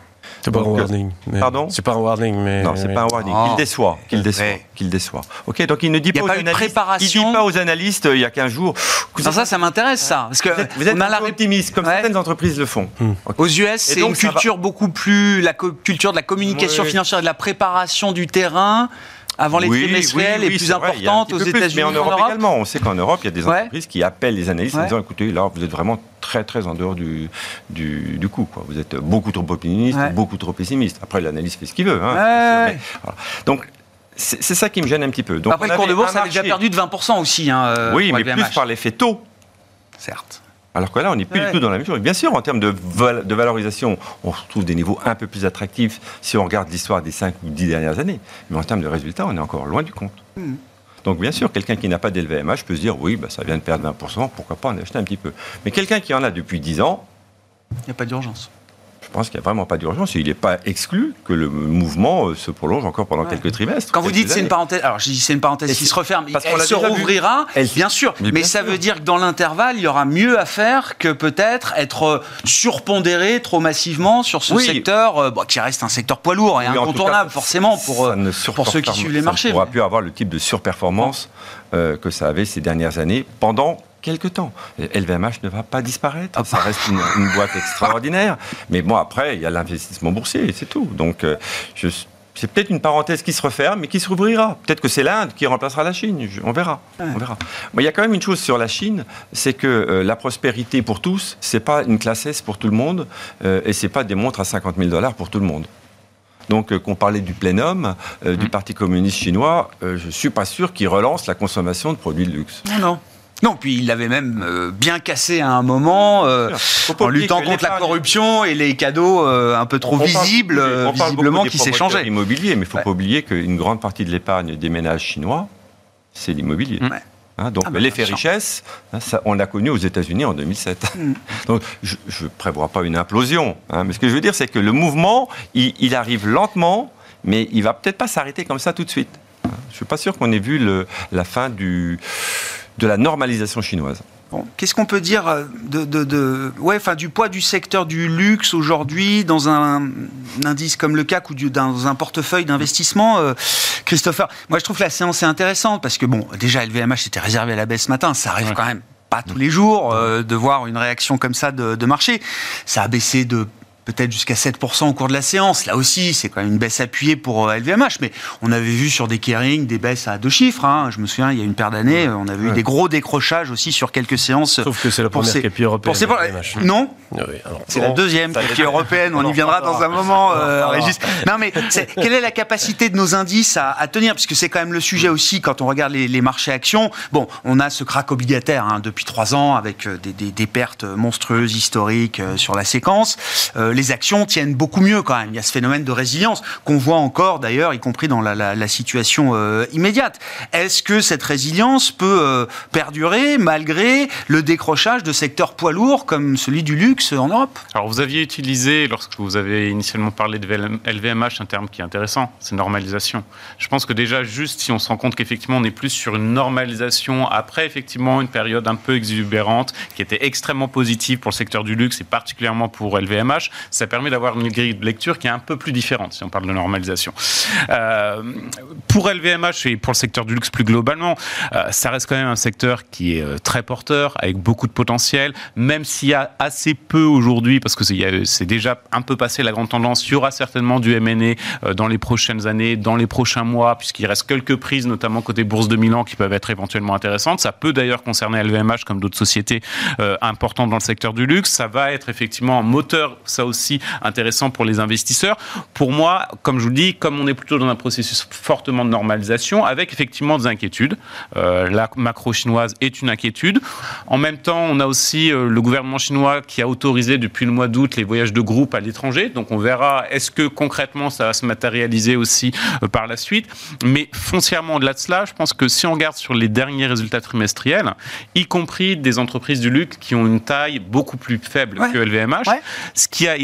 C'est pas donc, un warning. Mais... Pardon ? C'est pas un warning, mais... Non, c'est mais... pas un warning. Oh. Il déçoit. Qu'il déçoit. Ouais. Qu'il déçoit. Ok, donc il ne dit il pas, aux pas analystes, il dit pas aux analystes euh, il y a quinze jours... Non, ça, ça m'intéresse, ça. Parce que vous êtes, vous êtes on a la... optimiste, comme ouais. certaines entreprises le font. Hum. Okay. Aux U S, c'est une culture va... beaucoup plus... La co- culture de la communication oui. financière, de la préparation du terrain... Avant les oui, trimestriels, oui, oui, est plus importante aux États-Unis. Mais en Europe, en Europe également. On sait qu'en Europe, il y a des entreprises ouais. qui appellent les analystes ouais. en disant écoutez, là, vous êtes vraiment très, très en dehors du, du, du coup. Quoi. Vous êtes beaucoup trop optimiste, ouais. beaucoup trop pessimiste. Après, l'analyste fait ce qu'il veut. Hein, ouais. mais, voilà. Donc, c'est, c'est ça qui me gêne un petit peu. Donc, après, le cours de bourse, ça a déjà perdu de vingt pour cent aussi. Hein, euh, oui, mais plus par l'effet taux. Certes. Alors que là, on n'est plus ouais. du tout dans la même chose. Bien sûr, en termes de, val- de valorisation, on retrouve des niveaux un peu plus attractifs si on regarde l'histoire des cinq ou dix dernières années. Mais en termes de résultats, on est encore loin du compte. Mmh. Donc bien sûr, quelqu'un qui n'a pas d'L V M H peut se dire, oui, bah, ça vient de perdre vingt pour cent, pourquoi pas en acheter un petit peu. Mais quelqu'un qui en a depuis dix ans... Il n'y a pas d'urgence. Je pense qu'il n'y a vraiment pas d'urgence et il n'est pas exclu que le mouvement se prolonge encore pendant ouais. quelques trimestres. Quand vous dites c'est une parenthèse, alors je dis c'est une parenthèse et qui se referme, parce elle se rouvrira, elle... bien sûr, mais, mais bien ça sûr. veut dire que dans l'intervalle, il y aura mieux à faire que peut-être être surpondéré trop massivement sur ce oui. secteur, euh, bon, qui reste un secteur poids lourd et oui, incontournable cas, forcément pour, pour ceux qui suivent les marchés. Ça ne pourra plus avoir le type de surperformance euh, que ça avait ces dernières années pendant quelque temps. L V M H ne va pas disparaître, ça reste une, une boîte extraordinaire, mais bon, après, il y a l'investissement boursier, et c'est tout. Donc, euh, je, c'est peut-être une parenthèse qui se referme, mais qui se rouvrira. Peut-être que c'est l'Inde qui remplacera la Chine, je, on verra. Ouais. On verra. Mais il y a quand même une chose sur la Chine, c'est que euh, la prospérité pour tous, c'est pas une classe S pour tout le monde, euh, et c'est pas des montres à cinquante mille dollars pour tout le monde. Donc, euh, qu'on parlait du plénum, euh, mmh. du Parti communiste chinois, euh, je suis pas sûr qu'il relance la consommation de produits de luxe. Non, non. Non, puis il l'avait même euh, bien cassé à un moment, euh, en luttant contre la corruption et les cadeaux euh, un peu trop on visibles, parle, on visiblement, qui s'échangeaient. Immobilier, mais il ne faut ouais. pas oublier qu'une grande partie de l'épargne des ménages chinois, c'est l'immobilier. Ouais. Hein, donc ah bah, l'effet richesse, hein, ça, on l'a connu aux États-Unis en deux mille sept. Mm. Donc je ne prévois pas une implosion, hein, mais ce que je veux dire, c'est que le mouvement, il, il arrive lentement, mais il ne va peut-être pas s'arrêter comme ça tout de suite. Hein. Je ne suis pas sûr qu'on ait vu le, la fin du... de la normalisation chinoise. Bon, qu'est-ce qu'on peut dire de, de, de, ouais, enfin, du poids du secteur du luxe aujourd'hui dans un, un indice comme le C A C ou du, dans un portefeuille d'investissement, euh, Christopher? Moi, je trouve que la séance est intéressante parce que, bon, déjà, L V M H c'était réservé à la baisse ce matin. Ça arrive ouais. quand même pas tous les jours euh, de voir une réaction comme ça de, de marché. Ça a baissé de peut-être jusqu'à sept pour cent au cours de la séance. Là aussi, c'est quand même une baisse appuyée pour L V M H. Mais on avait vu sur des Kering des baisses à deux chiffres. Hein. Je me souviens, il y a une paire d'années, on avait ouais. eu des gros décrochages aussi sur quelques séances. Sauf que c'est la première K P I européenne. Ces... Non, oui, alors, c'est bon, la deuxième K P I européenne. On y viendra dans un moment, euh, Régis. Non, mais quelle est la capacité de nos indices à, à tenir? Puisque c'est quand même le sujet aussi quand on regarde les, les marchés actions. Bon, on a ce krach obligataire hein, depuis trois ans avec des, des, des pertes monstrueuses, historiques euh, sur la séquence. Euh, les actions tiennent beaucoup mieux quand même. Il y a ce phénomène de résilience qu'on voit encore d'ailleurs, y compris dans la, la, la situation euh, immédiate. Est-ce que cette résilience peut euh, perdurer malgré le décrochage de secteurs poids lourds comme celui du luxe en Europe? Alors vous aviez utilisé, lorsque vous avez initialement parlé de L V M H, un terme qui est intéressant, c'est normalisation. Je pense que déjà juste si on se rend compte qu'effectivement on est plus sur une normalisation après effectivement une période un peu exubérante qui était extrêmement positive pour le secteur du luxe et particulièrement pour L V M H, ça permet d'avoir une grille de lecture qui est un peu plus différente si on parle de normalisation. Euh, pour L V M H et pour le secteur du luxe plus globalement, euh, ça reste quand même un secteur qui est euh, très porteur, avec beaucoup de potentiel, même s'il y a assez peu aujourd'hui, parce que c'est, y a, c'est déjà un peu passé la grande tendance, il y aura certainement du M and A euh, dans les prochaines années, dans les prochains mois, puisqu'il reste quelques prises, notamment côté Bourse de Milan, qui peuvent être éventuellement intéressantes. Ça peut d'ailleurs concerner L V M H comme d'autres sociétés euh, importantes dans le secteur du luxe. Ça va être effectivement un moteur, ça aussi, intéressant pour les investisseurs. Pour moi, comme je vous le dis, comme on est plutôt dans un processus fortement de normalisation, avec effectivement des inquiétudes. Euh, la macro chinoise est une inquiétude. En même temps, on a aussi euh, le gouvernement chinois qui a autorisé depuis le mois d'août les voyages de groupe à l'étranger. Donc on verra, est-ce que concrètement ça va se matérialiser aussi euh, par la suite. Mais foncièrement, au-delà de cela, je pense que si on regarde sur les derniers résultats trimestriels, y compris des entreprises du luxe qui ont une taille beaucoup plus faible ouais. que L V M H, ouais. ce qui a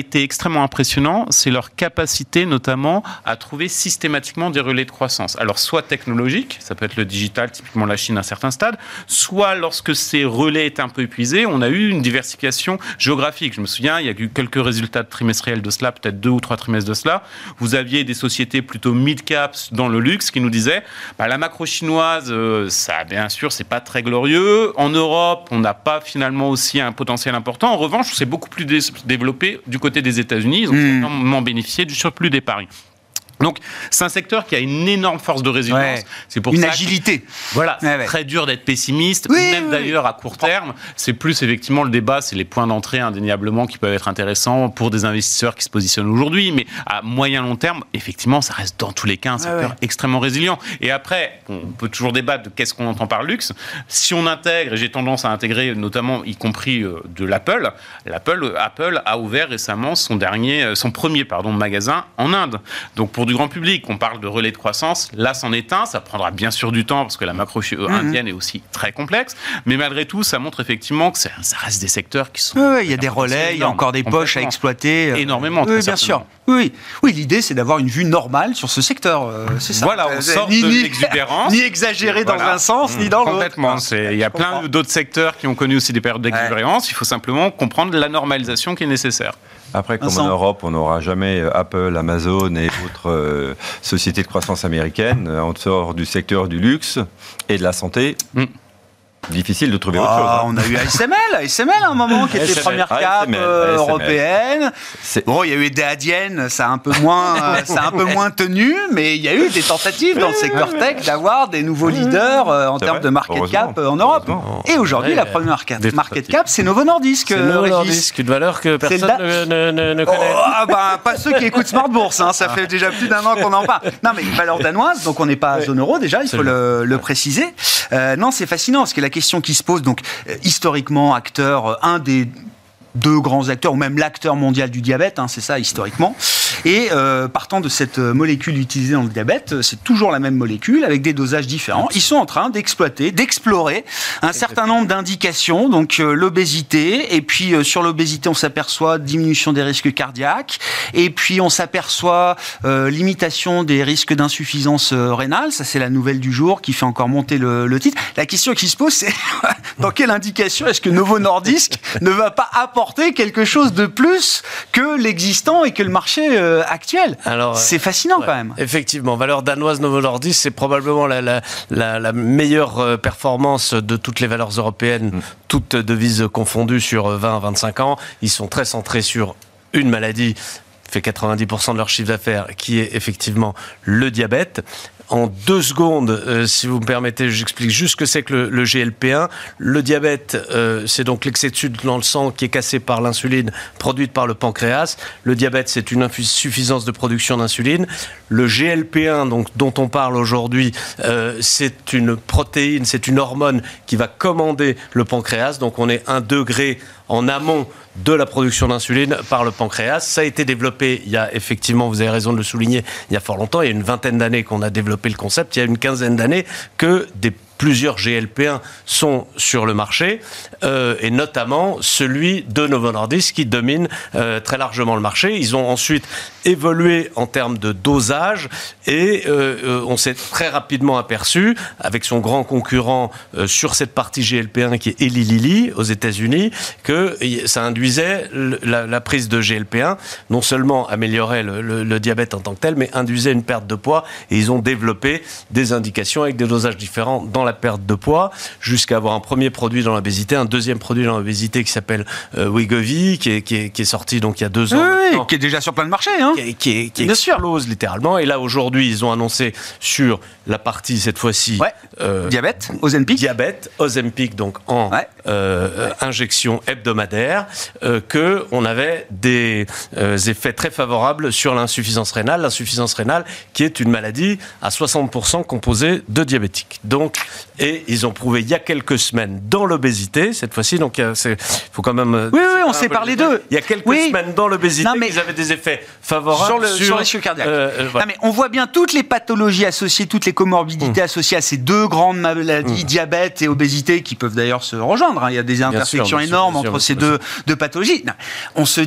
été extrêmement impressionnant, c'est leur capacité notamment à trouver systématiquement des relais de croissance. Alors soit technologique, ça peut être le digital, typiquement la Chine à un certain stade, soit lorsque ces relais étaient un peu épuisés, on a eu une diversification géographique. Je me souviens, il y a eu quelques résultats trimestriels de cela, peut-être deux ou trois trimestres de cela. Vous aviez des sociétés plutôt mid-caps dans le luxe qui nous disaient bah, la macro chinoise, euh, ça bien sûr, c'est pas très glorieux. En Europe, on n'a pas finalement aussi un potentiel important. En revanche, c'est beaucoup plus dé- développé du côté des États-Unis. Ils ont mmh. énormément bénéficié du surplus d'épargne. Donc, c'est un secteur qui a une énorme force de résilience. Ouais. C'est pour une ça agilité. Que, voilà, ouais, c'est ouais. très dur d'être pessimiste. Oui, même oui, d'ailleurs oui. à court terme, c'est plus effectivement le débat, c'est les points d'entrée indéniablement qui peuvent être intéressants pour des investisseurs qui se positionnent aujourd'hui. Mais à moyen long terme, effectivement, ça reste dans tous les cas un secteur ouais, ouais. extrêmement résilient. Et après, on peut toujours débattre de qu'est-ce qu'on entend par luxe. Si on intègre, et j'ai tendance à intégrer notamment, y compris euh, de l'Apple, l'Apple, Apple a ouvert récemment son dernier, son premier pardon magasin en Inde. Donc pour du grand public, on parle de relais de croissance, là c'en est un, ça prendra bien sûr du temps parce que la macro mmh. indienne est aussi très complexe, mais malgré tout ça montre effectivement que ça reste des secteurs qui sont... Oui, il y a des relais, il y a encore des poches à exploiter. Énormément, oui, bien sûr. Oui, oui, l'idée c'est d'avoir une vue normale sur ce secteur, euh, c'est ça. Voilà, on sort ni, de ni, l'exubérance. Ni exagéré dans voilà. un sens, mmh. ni dans l'autre. Complètement, il y a plein d'autres secteurs qui ont connu aussi des périodes d'exubérance, ouais. il faut simplement comprendre la normalisation qui est nécessaire. Après, comme en Europe, on n'aura jamais Apple, Amazon et autres euh, sociétés de croissance américaines, en dehors du secteur du luxe et de la santé. Mm. Difficile de trouver oh, autre chose. Hein. On a eu A S M L, A S M L à un moment qui était première cap euh, européenne. C'est... Bon, il y a eu des Adiennes, ça a un peu moins, euh, ça a un peu moins tenu, mais il y a eu des tentatives dans le secteur tech d'avoir des nouveaux leaders euh, en c'est termes vrai. de market cap euh, en Europe. Et aujourd'hui, ouais, la première market, market cap, c'est Novo Nordisk. C'est Novo Nordisk, une valeur que personne da... ne, ne, ne connaît. Oh, ah bah, pas ceux qui écoutent Smart Bourse, hein, ça fait déjà plus d'un an qu'on en parle. Non, mais une valeur danoise, donc on n'est pas ouais. zone euro déjà, il faut le, le parce euh, non, c'est fascinant parce que la question qui se pose, donc euh, historiquement, acteur, euh, un des deux grands acteurs, ou même l'acteur mondial du diabète, hein, c'est ça historiquement. Et euh, partant de cette molécule utilisée dans le diabète, c'est toujours la même molécule avec des dosages différents. Ils sont en train d'exploiter, d'explorer un certain nombre d'indications, donc euh, l'obésité, et puis euh, sur l'obésité, on s'aperçoit diminution des risques cardiaques, et puis on s'aperçoit euh, limitation des risques d'insuffisance euh, rénale. Ça, c'est la nouvelle du jour qui fait encore monter le, le titre. La question qui se pose, c'est dans quelle indication est-ce que Novo Nordisk ne va pas apporter quelque chose de plus que l'existant et que le marché euh, actuel. Alors, c'est fascinant ouais, quand même. Effectivement, valeur danoise Novo Nordisk, c'est probablement la, la, la, la meilleure performance de toutes les valeurs européennes, mmh. toutes devises confondues sur vingt à vingt-cinq ans. Ils sont très centrés sur une maladie, fait quatre-vingt-dix pour cent de leur chiffre d'affaires, qui est effectivement le diabète. En deux secondes, euh, si vous me permettez, j'explique juste ce que c'est que le, le G L P un. Le diabète, euh, c'est donc l'excès de sucre dans le sang qui est cassé par l'insuline produite par le pancréas. Le diabète, c'est une insuffisance de production d'insuline. Le G L P un, donc, dont on parle aujourd'hui, euh, c'est une protéine, c'est une hormone qui va commander le pancréas. Donc on est un degré en amont de la production d'insuline par le pancréas. Ça a été développé, il y a effectivement, vous avez raison de le souligner, il y a fort longtemps, il y a une vingtaine d'années qu'on a développé le concept, il y a une quinzaine d'années que des plusieurs G L P un sont sur le marché, euh, et notamment celui de Novo Nordisk qui domine euh, très largement le marché. Ils ont ensuite évolué en termes de dosage et euh, euh, on s'est très rapidement aperçu, avec son grand concurrent euh, sur cette partie G L P un qui est Eli Lilly aux États-Unis, que ça induisait le, la, la prise de G L P un, non seulement améliorait le, le, le diabète en tant que tel, mais induisait une perte de poids, et ils ont développé des indications avec des dosages différents dans la perte de poids, jusqu'à avoir un premier produit dans l'obésité, un deuxième produit dans l'obésité qui s'appelle euh, Wegovy, qui est, qui, est, qui est sorti donc il y a deux ans. Oui, qui est déjà sur plein de marchés. Hein. Qui, qui, est, qui explose littéralement. Et là, aujourd'hui, ils ont annoncé sur la partie, cette fois-ci... Ouais. Euh, diabète, Ozempic. Diabète, Ozempic, donc en ouais. Euh, ouais. injection hebdomadaire, euh, qu'on avait des euh, effets très favorables sur l'insuffisance rénale. L'insuffisance rénale qui est une maladie à soixante pour cent composée de diabétiques. Donc, et ils ont prouvé il y a quelques semaines dans l'obésité, cette fois-ci, donc il faut quand même... Oui, oui, on s'est parlé d'eux. Il y a quelques oui. semaines dans l'obésité, non, mais qu'ils avaient des effets favorables sur le sur, sur les risques cardiaques. Euh, euh, voilà. Non, mais on voit bien toutes les pathologies associées, toutes les comorbidités mmh. associées à ces deux grandes maladies, mmh. diabète et obésité, qui peuvent d'ailleurs se rejoindre. Hein. Il y a des intersections sûr, énormes sûr, entre sûr, ces deux, deux pathologies. Non. On se dit...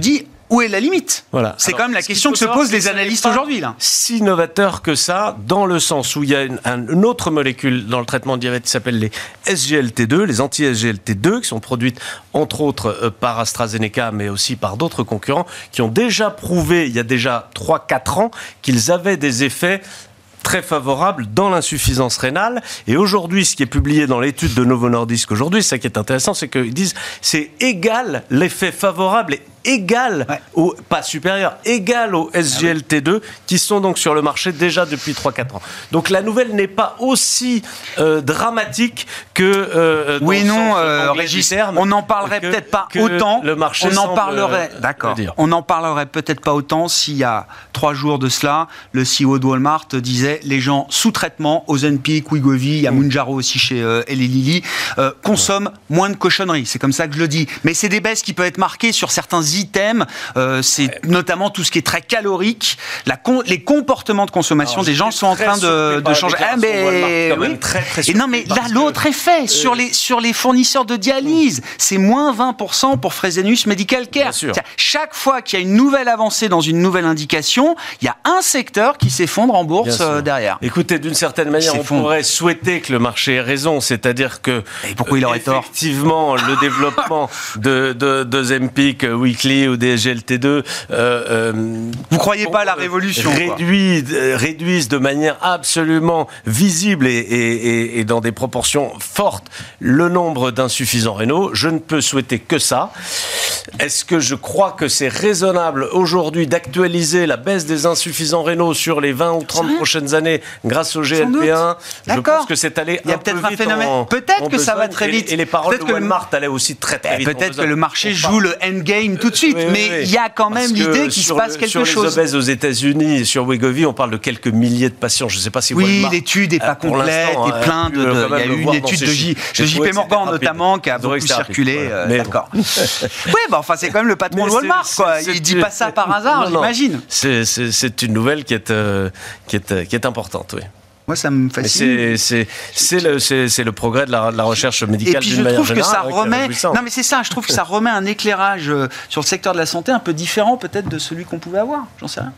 où est la limite ? Voilà. C'est Alors, quand même la ce qu'il question faut que se savoir, posent c'est les que ça n'est analystes pas aujourd'hui, là. Si novateur que ça, dans le sens où il y a une, un- une autre molécule dans le traitement de diabète qui s'appelle les S G L T deux, les anti-S G L T deux, qui sont produites entre autres euh, par AstraZeneca, mais aussi par d'autres concurrents, qui ont déjà prouvé, il y a déjà trois quatre ans, qu'ils avaient des effets très favorable dans l'insuffisance rénale. Et aujourd'hui, ce qui est publié dans l'étude de Novo Nordisk aujourd'hui, ça qui est intéressant, c'est qu'ils disent c'est égal, l'effet favorable est égal, ouais. au, pas supérieur, égal aux S G L T deux, ah oui. qui sont donc sur le marché déjà depuis trois quatre ans. Donc la nouvelle n'est pas aussi euh, dramatique que euh, oui, dans non, le euh, Régis, on n'en parlerait que, peut-être pas autant. Le marché on en parlerait, euh, d'accord. On n'en parlerait peut-être pas autant s'il y a trois jours de cela, le C E O de Walmart disait les gens sous traitement, Ozempic, Wegovy, il y a Mounjaro aussi chez euh, Eli Lilly, euh, consomment ouais. moins de cochonneries. C'est comme ça que je le dis. Mais c'est des baisses qui peuvent être marquées sur certains items. Euh, c'est ouais. notamment tout ce qui est très calorique, la con- les comportements de consommation. Alors, des gens sont en train de, de changer. Ah, mais oui. Très, très Et non, mais là, l'autre effet euh... sur les sur les fournisseurs de dialyse, c'est moins vingt pour cent pour Fresenius Medical Care. Chaque fois qu'il y a une nouvelle avancée dans une nouvelle indication, il y a un secteur qui s'effondre en bourse euh, derrière. Écoutez, d'une certaine manière, on pourrait souhaiter que le marché ait raison, c'est-à-dire que et pourquoi il aurait tort ? Effectivement, le développement de de, de Zempic, Weekly ou des S G L T deux, euh, euh, vous croyez pas à la révolution ? Réduit, euh, réduisent de manière absolument visible et, et, et, et dans des proportions fortes le nombre d'insuffisants rénaux. Je ne peux souhaiter que ça. Est-ce que je crois que c'est raisonnable aujourd'hui d'actualiser la baisse des insuffisants rénaux sur les vingt ou trente prochaines années grâce au G L P un ? Je pense que c'est allé Il y a un peut-être peu un vite phénomène. En, peut-être en que ça va très vite. Et, et les paroles peut-être de Walmart allaient aussi très très vite. Peut-être que le marché joue le endgame tout de suite, oui, oui, mais oui. il y a quand même l'idée qu'il se passe le, quelque sur chose. Sur les obèses aux États-Unis et sur Wegovy, on parle de quelques milliers de patients. Je ne sais pas si oui, Walmart, l'étude n'est pas complète et plein de. Il y a eu une étude de J P Morgan notamment qui a beaucoup circulé. D'accord. Oui, bah enfin c'est quand même le patron de Walmart, quoi. Il dit pas ça par hasard, j'imagine. C'est une nouvelle qui est qui est qui est importante, oui. Moi, ça me fascine. C'est, c'est, le, c'est, c'est le progrès de la, de la recherche médicale. Et puis, d'une je trouve que ça générale, remet. Non, mais c'est ça. Je trouve que ça remet un éclairage sur le secteur de la santé un peu différent, peut-être, de celui qu'on pouvait avoir. J'en sais rien.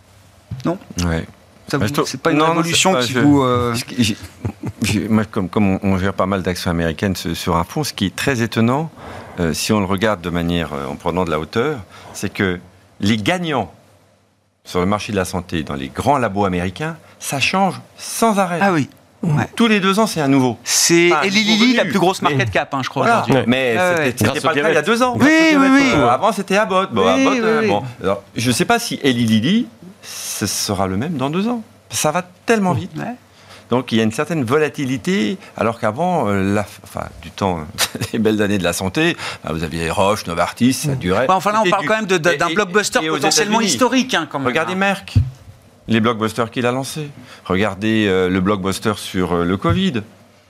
Non. Ouais. Ça vous, c'est pas une non, révolution pas, qui je, vous. Euh... Je, je, moi, comme, comme on, on gère pas mal d'actions américaines sur un fonds, ce qui est très étonnant, euh, si on le regarde de manière euh, en prenant de la hauteur, c'est que les gagnants sur le marché de la santé dans les grands labos américains, ça change sans arrêt. Ah oui. Ouais. Tous les deux ans, c'est un nouveau. C'est enfin, Eli Lilly, la plus grosse market mais... cap, hein, je crois. Voilà. Ouais. Mais ah ouais. c'était, c'était pas le cas il y a deux ans. Oui, oui, oui. Euh, avant, c'était Abbott. Bon, oui, Abbott, oui, euh, oui. Bon. Alors, je ne sais pas si Eli Lilly, ce sera le même dans deux ans. Ça va tellement vite. Ouais. Donc, il y a une certaine volatilité, alors qu'avant, euh, la, enfin, du temps, les belles années de la santé, bah, vous aviez Roche, Novartis, ça durait. Bah, enfin, là, on parle du... quand même de, de, d'un et, blockbuster et potentiellement historique. Hein, quand même. Regardez Merck, les blockbusters qu'il a lancés. Regardez euh, le blockbuster sur euh, le Covid.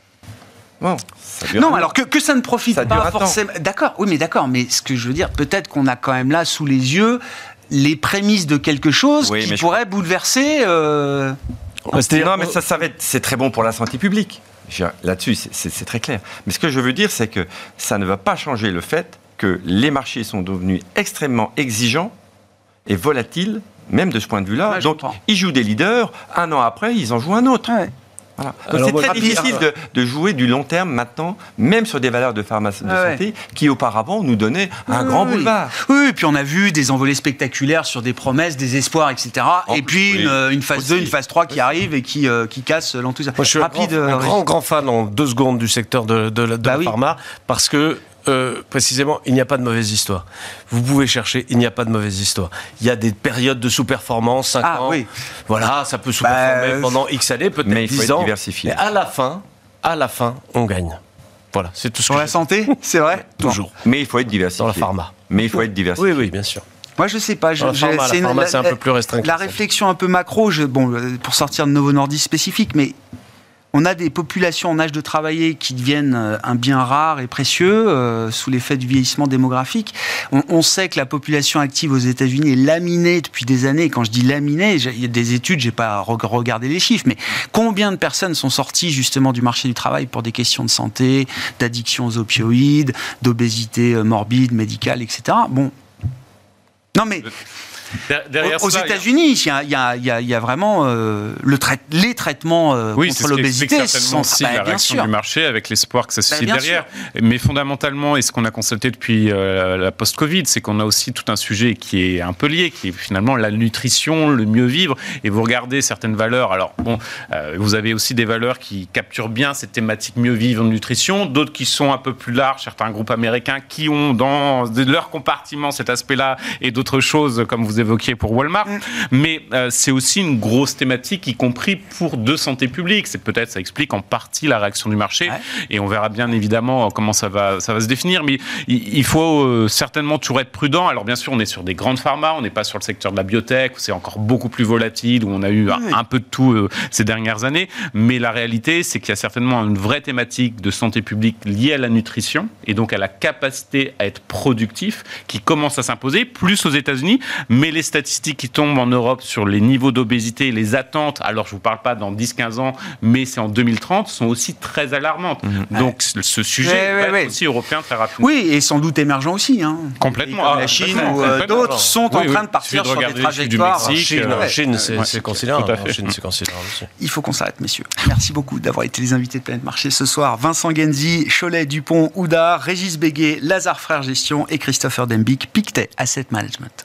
Bon, ça dure non, alors que, que ça ne profite ça pas forcément. D'accord, oui, mais d'accord, mais ce que je veux dire, peut-être qu'on a quand même là sous les yeux les prémices de quelque chose oui, qui pourrait je... bouleverser. Euh... Non, mais ça, ça va être, c'est très bon pour la santé publique. Là-dessus, c'est, c'est, c'est très clair. Mais ce que je veux dire, c'est que ça ne va pas changer le fait que les marchés sont devenus extrêmement exigeants et volatiles, même de ce point de vue-là. Ouais, donc, ils jouent des leaders. Un an après, ils en jouent un autre. Ouais. Voilà. Donc alors, c'est très rapide, difficile de, de jouer du long terme maintenant, même sur des valeurs de pharmacie de ouais. santé qui auparavant nous donnaient un oui, grand boulevard. Oui, et puis on a vu des envolées spectaculaires sur des promesses, des espoirs, et cetera. En et puis oui, une, une phase aussi. deux, une phase trois qui aussi. arrive et qui, euh, qui casse l'enthousiasme. Moi, je suis Rapide, un, grand, euh, un grand, grand fan en deux secondes du secteur de, de, de bah la oui. pharma parce que Euh, précisément, il n'y a pas de mauvaise histoire. Vous pouvez chercher, il n'y a pas de mauvaise histoire. Il y a des périodes de sous-performance, cinq ah, ans. Oui. Voilà, ça peut sous-performer bah, pendant X années, peut-être mais il faut dix ans. Diversifié. Mais à la fin, à la fin, on gagne. Voilà, c'est tout ce Sur que la santé, c'est vrai. Toujours. Mais il faut être diversifié. Dans la pharma. Mais il faut être diversifié. Oui, oui, bien sûr. Moi, je sais pas. Je, la pharma, c'est, la pharma, une, c'est un peu plus restreint. La réflexion un peu macro, je, bon, pour sortir de Novo Nordisk spécifique, mais on a des populations en âge de travailler qui deviennent un bien rare et précieux euh, sous l'effet du vieillissement démographique. On, on sait que la population active aux États-Unis est laminée depuis des années. Et quand je dis laminée, il y a des études, j'ai pas regardé les chiffres, mais combien de personnes sont sorties justement du marché du travail pour des questions de santé, d'addiction aux opioïdes, d'obésité morbide, médicale, et cetera. Bon. Non mais... Derrière aux cela, États-Unis, il y a, il y a, il y a, il y a vraiment euh, le trai- les traitements euh, oui, contre l'obésité sont aussi bah, la réaction sûr. du marché avec l'espoir que ça suscite bah, derrière. Sûr. Mais fondamentalement, et ce qu'on a constaté depuis euh, la post-Covid, c'est qu'on a aussi tout un sujet qui est un peu lié, qui est finalement la nutrition, le mieux vivre. Et vous regardez certaines valeurs. Alors bon, euh, vous avez aussi des valeurs qui capturent bien cette thématique mieux vivre, nutrition, d'autres qui sont un peu plus larges. Certains groupes américains qui ont dans leur compartiment cet aspect-là et d'autres choses comme vous évoquiez pour Walmart, mmh. mais euh, c'est aussi une grosse thématique, y compris pour de santé publique. C'est peut-être, ça explique en partie la réaction du marché, ouais. et on verra bien évidemment comment ça va, ça va se définir. Mais il, il faut euh, certainement toujours être prudent. Alors bien sûr, on est sur des grandes pharma, on n'est pas sur le secteur de la biotech, où c'est encore beaucoup plus volatile, où on a eu oui. un, un peu de tout euh, ces dernières années. Mais la réalité, c'est qu'il y a certainement une vraie thématique de santé publique liée à la nutrition, et donc à la capacité à être productif, qui commence à s'imposer, plus aux États-Unis, mais les statistiques qui tombent en Europe sur les niveaux d'obésité et les attentes, alors je ne vous parle pas dans dix à quinze ans, mais c'est en deux mille trente, sont aussi très alarmantes. Mmh. Donc ouais. ce sujet ouais, va ouais, être ouais. aussi européen très rapidement. Oui, et sans doute émergent aussi. Hein. Complètement. Ah, la Chine ou euh, d'autres sont oui, en oui. train de partir de sur des trajectoires. En Chine, euh, Chine c'est, ouais. c'est considérable. En Chine, c'est considérable aussi. Il faut qu'on s'arrête, messieurs. Merci beaucoup d'avoir été les invités de Planète Marché ce soir. Vincent Genzi, Cholet, Dupont, Oudard, Régis Béguet, Lazare Frères Gestion et Christopher Dembick, Pictet Asset Management.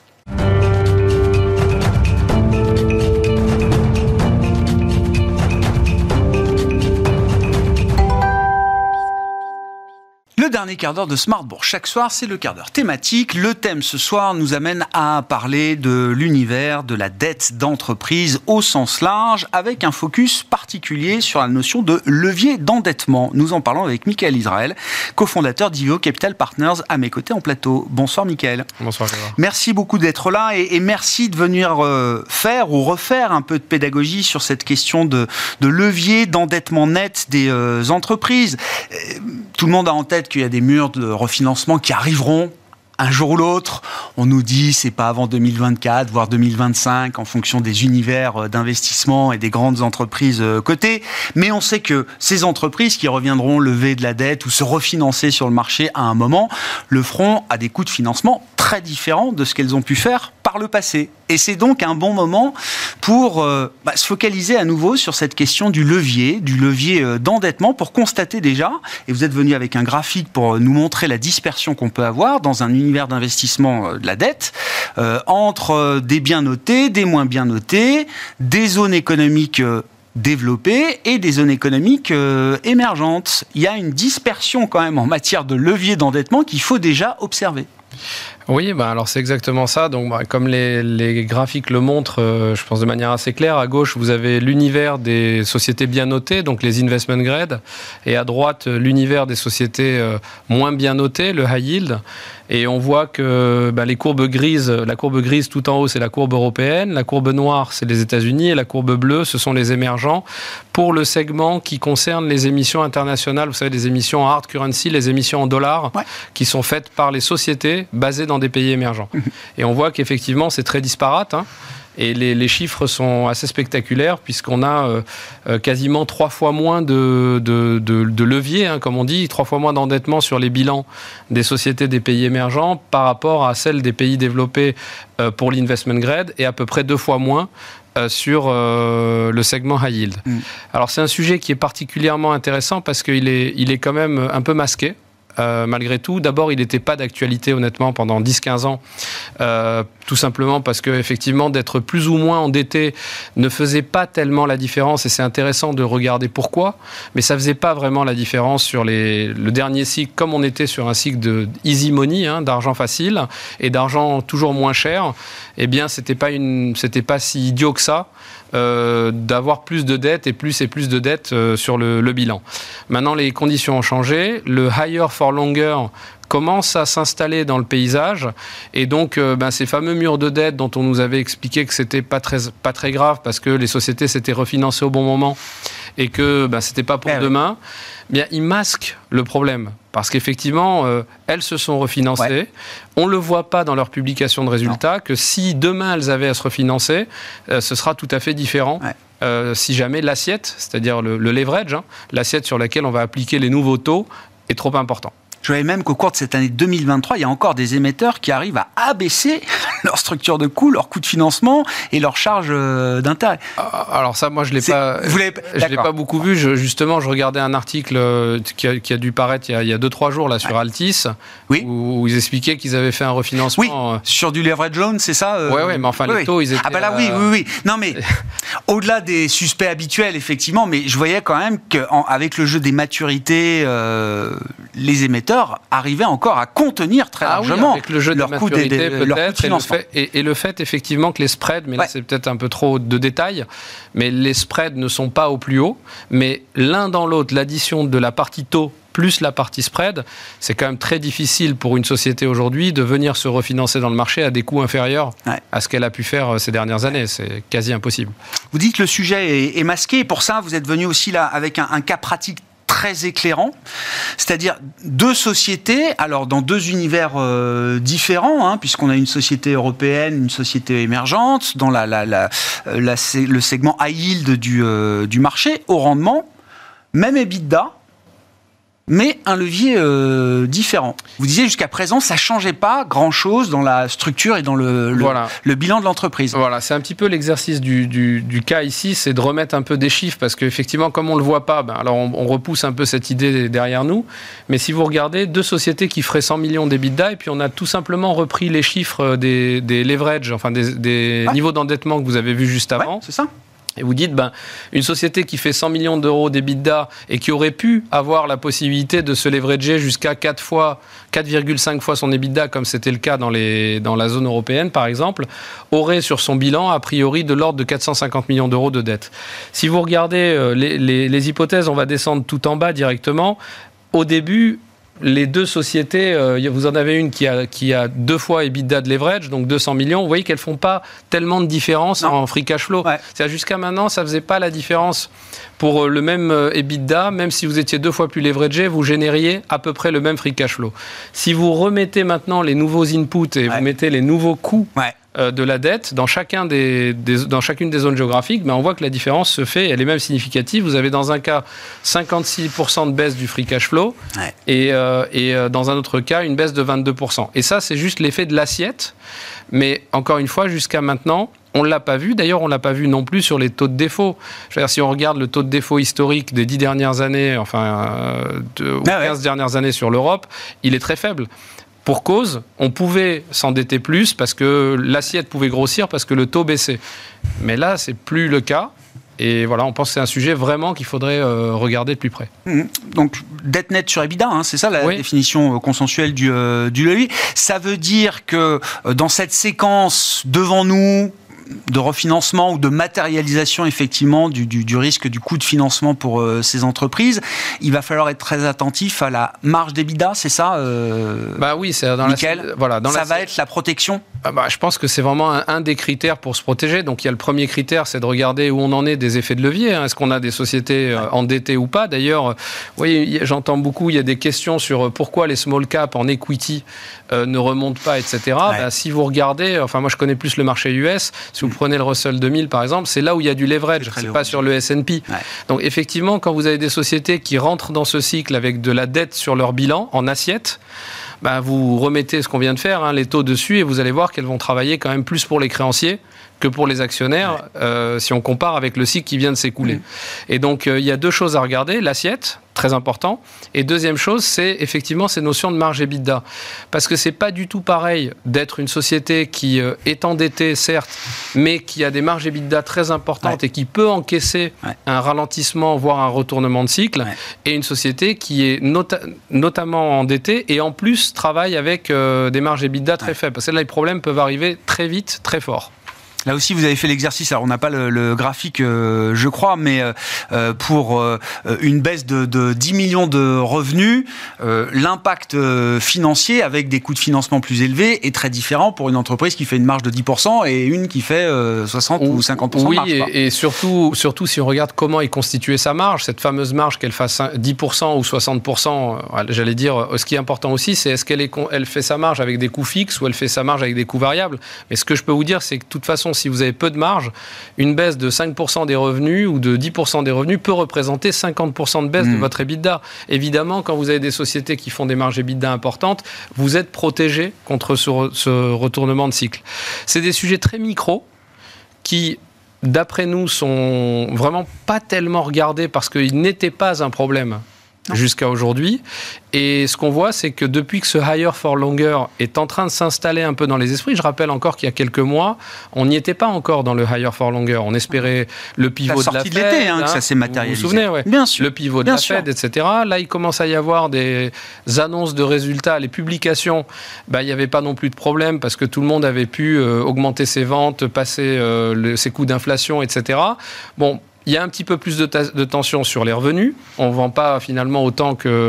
Le dernier quart d'heure de Smart Bourse. Chaque soir, c'est le quart d'heure thématique. Le thème ce soir nous amène à parler de l'univers de la dette d'entreprise au sens large, avec un focus particulier sur la notion de levier d'endettement. Nous en parlons avec Michael Israël, cofondateur d'Iveo Capital Partners, à mes côtés en plateau. Bonsoir Michael. Bonsoir Gérard. Merci beaucoup d'être là et, et merci de venir euh, faire ou refaire un peu de pédagogie sur cette question de, de levier d'endettement net des euh, entreprises. Euh, tout le monde a en tête qu'il y a des murs de refinancement qui arriveront un jour ou l'autre. On nous dit c'est pas avant deux mille vingt-quatre, voire deux mille vingt-cinq, en fonction des univers d'investissement et des grandes entreprises cotées. Mais on sait que ces entreprises qui reviendront lever de la dette ou se refinancer sur le marché à un moment, le feront à des coûts de financement très différents de ce qu'elles ont pu faire par le passé. Et c'est donc un bon moment pour euh, bah, se focaliser à nouveau sur cette question du levier, du levier euh, d'endettement, pour constater déjà, et vous êtes venu avec un graphique pour nous montrer la dispersion qu'on peut avoir dans un univers d'investissement euh, de la dette, euh, entre euh, des bien notés, des moins bien notés, des zones économiques euh, développées et des zones économiques euh, émergentes. Il y a une dispersion quand même en matière de levier d'endettement qu'il faut déjà observer. Oui, bah alors c'est exactement ça. Donc, bah, comme les, les graphiques le montrent, euh, je pense de manière assez claire, à gauche, vous avez l'univers des sociétés bien notées, donc les investment grade, et à droite, l'univers des sociétés euh, moins bien notées, le high yield. Et on voit que bah, les courbes grises, la courbe grise tout en haut, c'est la courbe européenne, la courbe noire, c'est les États-Unis, et la courbe bleue, ce sont les émergents, pour le segment qui concerne les émissions internationales, vous savez, les émissions en hard currency, les émissions en dollars, ouais. qui sont faites par les sociétés basées dans des pays émergents. Et on voit qu'effectivement, c'est très disparate, hein. Et les, les chiffres sont assez spectaculaires puisqu'on a euh, quasiment trois fois moins de, de, de, de levier, hein, comme on dit, trois fois moins d'endettement sur les bilans des sociétés des pays émergents par rapport à celles des pays développés euh, pour l'investment grade, et à peu près deux fois moins euh, sur euh, le segment high yield. Mmh. Alors c'est un sujet qui est particulièrement intéressant parce qu'il est, il est quand même un peu masqué. Euh, malgré tout, d'abord, il n'était pas d'actualité, honnêtement, pendant dix à quinze ans, euh, tout simplement parce que, effectivement, d'être plus ou moins endetté ne faisait pas tellement la différence, et c'est intéressant de regarder pourquoi, mais ça ne faisait pas vraiment la différence sur les, le dernier cycle, comme on était sur un cycle de easy money, hein, d'argent facile, et d'argent toujours moins cher, eh bien, c'était pas une, c'était pas si idiot que ça. Euh, d'avoir plus de dettes et plus et plus de dettes euh, sur le, le bilan. Maintenant, les conditions ont changé. Le higher for longer commence à s'installer dans le paysage, et donc euh, ben, ces fameux murs de dette dont on nous avait expliqué que c'était pas très, pas très grave parce que les sociétés s'étaient refinancées au bon moment et que ben, c'était pas pour eh demain, oui. bien, ils masquent le problème. Parce qu'effectivement, euh, elles se sont refinancées. Ouais. On ne le voit pas dans leur publication de résultats, non. que si demain elles avaient à se refinancer, euh, ce sera tout à fait différent. Ouais. Euh, si jamais l'assiette, c'est-à-dire le, le leverage, hein, l'assiette sur laquelle on va appliquer les nouveaux taux, est trop important. Je voyais même qu'au cours de cette année deux mille vingt-trois, il y a encore des émetteurs qui arrivent à abaisser leur structure de coût, leur coût de financement et leur charge euh, d'intérêt. Alors ça, moi, je l'ai C'est, pas, vous l'avez, je l'ai pas beaucoup vu. Je, justement, je regardais un article qui a, qui a dû paraître il y a, il y a deux trois jours là sur ouais. Altis, oui. où, où ils expliquaient qu'ils avaient fait un refinancement. Oui, euh... sur du leverage loan, c'est ça euh... Oui, oui, mais enfin, oui, les taux, oui. ils étaient... Ah bah là, oui, oui, oui. Non, mais au-delà des suspects habituels, effectivement, mais je voyais quand même qu'avec le jeu des maturités, euh, les émetteurs arrivaient encore à contenir très ah largement oui, avec le jeu leur des coût de, maturités, de, leur coût de financement. Et le, fait, et, et le fait, effectivement, que les spreads, mais là, ouais. c'est peut-être un peu trop de détails, mais les spreads ne sont pas au plus haut, mais l'un dans l'autre, l'addition de la partie taux plus la partie spread, c'est quand même très difficile pour une société aujourd'hui de venir se refinancer dans le marché à des coûts inférieurs ouais. à ce qu'elle a pu faire ces dernières années. C'est quasi impossible. Vous dites que le sujet est, est masqué, et pour ça, vous êtes venu aussi là avec un, un cas pratique très éclairant, c'est-à-dire deux sociétés, alors dans deux univers euh, différents, hein, puisqu'on a une société européenne, une société émergente, dans la, la, la, la, le segment high yield du, euh, du marché, au rendement, même EBITDA, mais un levier euh, différent. Vous disiez jusqu'à présent, ça ne changeait pas grand-chose dans la structure et dans le, le, voilà. le bilan de l'entreprise. Voilà, c'est un petit peu l'exercice du, du, du cas ici, c'est de remettre un peu des chiffres, parce qu'effectivement, comme on ne le voit pas, ben, alors on, on repousse un peu cette idée derrière nous, mais si vous regardez, deux sociétés qui feraient cent millions d'EBITDA, et puis on a tout simplement repris les chiffres des, des leverages, enfin des, des ouais. niveaux d'endettement que vous avez vus juste avant. Ouais, c'est ça. Et vous dites, ben, une société qui fait cent millions d'euros d'EBITDA et qui aurait pu avoir la possibilité de se leverager jusqu'à quatre fois, quatre virgule cinq fois son EBITDA, comme c'était le cas dans, les, dans la zone européenne, par exemple, aurait sur son bilan, a priori, de l'ordre de quatre cent cinquante millions d'euros de dette. Si vous regardez euh, les, les, les hypothèses, on va descendre tout en bas directement. Au début, les deux sociétés, euh, vous en avez une qui a, qui a deux fois EBITDA de leverage, donc deux cents millions. Vous voyez qu'elles ne font pas tellement de différence non. en free cash flow. Ouais. C'est-à-dire jusqu'à maintenant, ça ne faisait pas la différence. Pour le même EBITDA, même si vous étiez deux fois plus leveragé, vous génériez à peu près le même free cash flow. Si vous remettez maintenant les nouveaux inputs et ouais. vous mettez les nouveaux coûts ouais. de la dette dans, chacun des, des, dans chacune des zones géographiques, ben on voit que la différence se fait, elle est même significative. Vous avez dans un cas cinquante-six pour cent de baisse du free cash flow ouais. et, euh, et dans un autre cas une baisse de vingt-deux pour cent. Et ça, c'est juste l'effet de l'assiette. Mais encore une fois, jusqu'à maintenant, on ne l'a pas vu. D'ailleurs, on ne l'a pas vu non plus sur les taux de défaut. Je veux dire, si on regarde le taux de défaut historique des dix dernières années, enfin, euh, de, ou ah ouais. quinze dernières années sur l'Europe, il est très faible. Pour cause, on pouvait s'endetter plus parce que l'assiette pouvait grossir parce que le taux baissait. Mais là, c'est plus le cas. Et voilà, on pense que c'est un sujet vraiment qu'il faudrait euh, regarder de plus près. Mmh. Donc, dette nette sur EBITDA, hein, c'est ça la oui. définition consensuelle du, euh, du levier. Ça veut dire que euh, dans cette séquence devant nous, de refinancement ou de matérialisation effectivement du, du, du risque du coût de financement pour euh, ces entreprises, il va falloir être très attentif à la marge d'EBITDA, c'est ça euh, Bah oui, c'est dans Mickaël, la voilà, dans ça la... va être la protection. Ah bah, je pense que c'est vraiment un, un des critères pour se protéger. Donc il y a le premier critère, c'est de regarder où on en est des effets de levier. Hein. Est-ce qu'on a des sociétés euh, endettées ou pas? D'ailleurs, euh, vous voyez, j'entends beaucoup, il y a des questions sur pourquoi les small caps en equity euh, ne remontent pas, et cetera. Ouais. Bah, si vous regardez, enfin moi je connais plus le marché U S, si vous mmh. prenez le Russell deux mille par exemple, c'est là où il y a du leverage, c'est, c'est pas sur le S and P. Ouais. Donc effectivement, quand vous avez des sociétés qui rentrent dans ce cycle avec de la dette sur leur bilan en assiette, bah, vous remettez ce qu'on vient de faire, hein, les taux dessus, et vous allez voir qu'elles vont travailler quand même plus pour les créanciers que pour les actionnaires, ouais. euh, si on compare avec le cycle qui vient de s'écouler. Mmh. Et donc, euh, il y a deux choses à regarder. L'assiette, très important. Et deuxième chose, c'est effectivement ces notions de marge EBITDA. Parce que c'est pas du tout pareil d'être une société qui euh, est endettée, certes, mais qui a des marges EBITDA très importantes ouais. et qui peut encaisser ouais. un ralentissement, voire un retournement de cycle, ouais. et une société qui est nota- notamment endettée et en plus travaille avec euh, des marges EBITDA très ouais. faibles. Parce que là, les problèmes peuvent arriver très vite, très fort. Là aussi, vous avez fait l'exercice. Alors, on n'a pas le, le graphique, euh, je crois, mais euh, pour euh, une baisse de, de dix millions de revenus, euh, l'impact euh, financier avec des coûts de financement plus élevés est très différent pour une entreprise qui fait une marge de dix pour cent et une qui fait euh, soixante ou, ou cinquante pour cent oui, de marge. Oui, et, et surtout, surtout si on regarde comment est constituée sa marge, cette fameuse marge, qu'elle fasse dix pour cent ou soixante pour cent, j'allais dire, ce qui est important aussi, c'est est-ce qu'elle est, elle fait sa marge avec des coûts fixes ou elle fait sa marge avec des coûts variables. Mais ce que je peux vous dire, c'est que de toute façon, si vous avez peu de marge, une baisse de cinq pour cent des revenus ou de dix pour cent des revenus peut représenter cinquante pour cent de baisse mmh. de votre EBITDA. Évidemment, quand vous avez des sociétés qui font des marges EBITDA importantes, vous êtes protégé contre ce, re, ce retournement de cycle. C'est des sujets très micro qui, d'après nous, sont vraiment pas tellement regardés parce qu'ils n'étaient pas un problème non. jusqu'à aujourd'hui. Et ce qu'on voit, c'est que depuis que ce higher for longer est en train de s'installer un peu dans les esprits, je rappelle encore qu'il y a quelques mois, on n'y était pas encore dans le higher for longer. On espérait le pivot de la Fed. La sortie de l'été, hein, hein, que ça s'est matérialisé. Vous vous souvenez, ouais. Bien sûr. Le pivot de Bien la sûr. Fed, et cetera. Là, il commence à y avoir des annonces de résultats, les publications. Bah, il n'y avait pas non plus de problème parce que tout le monde avait pu euh, augmenter ses ventes, passer euh, le, ses coûts d'inflation, et cetera. Bon. Il y a un petit peu plus de, ta- de tension sur les revenus. On ne vend pas finalement autant que...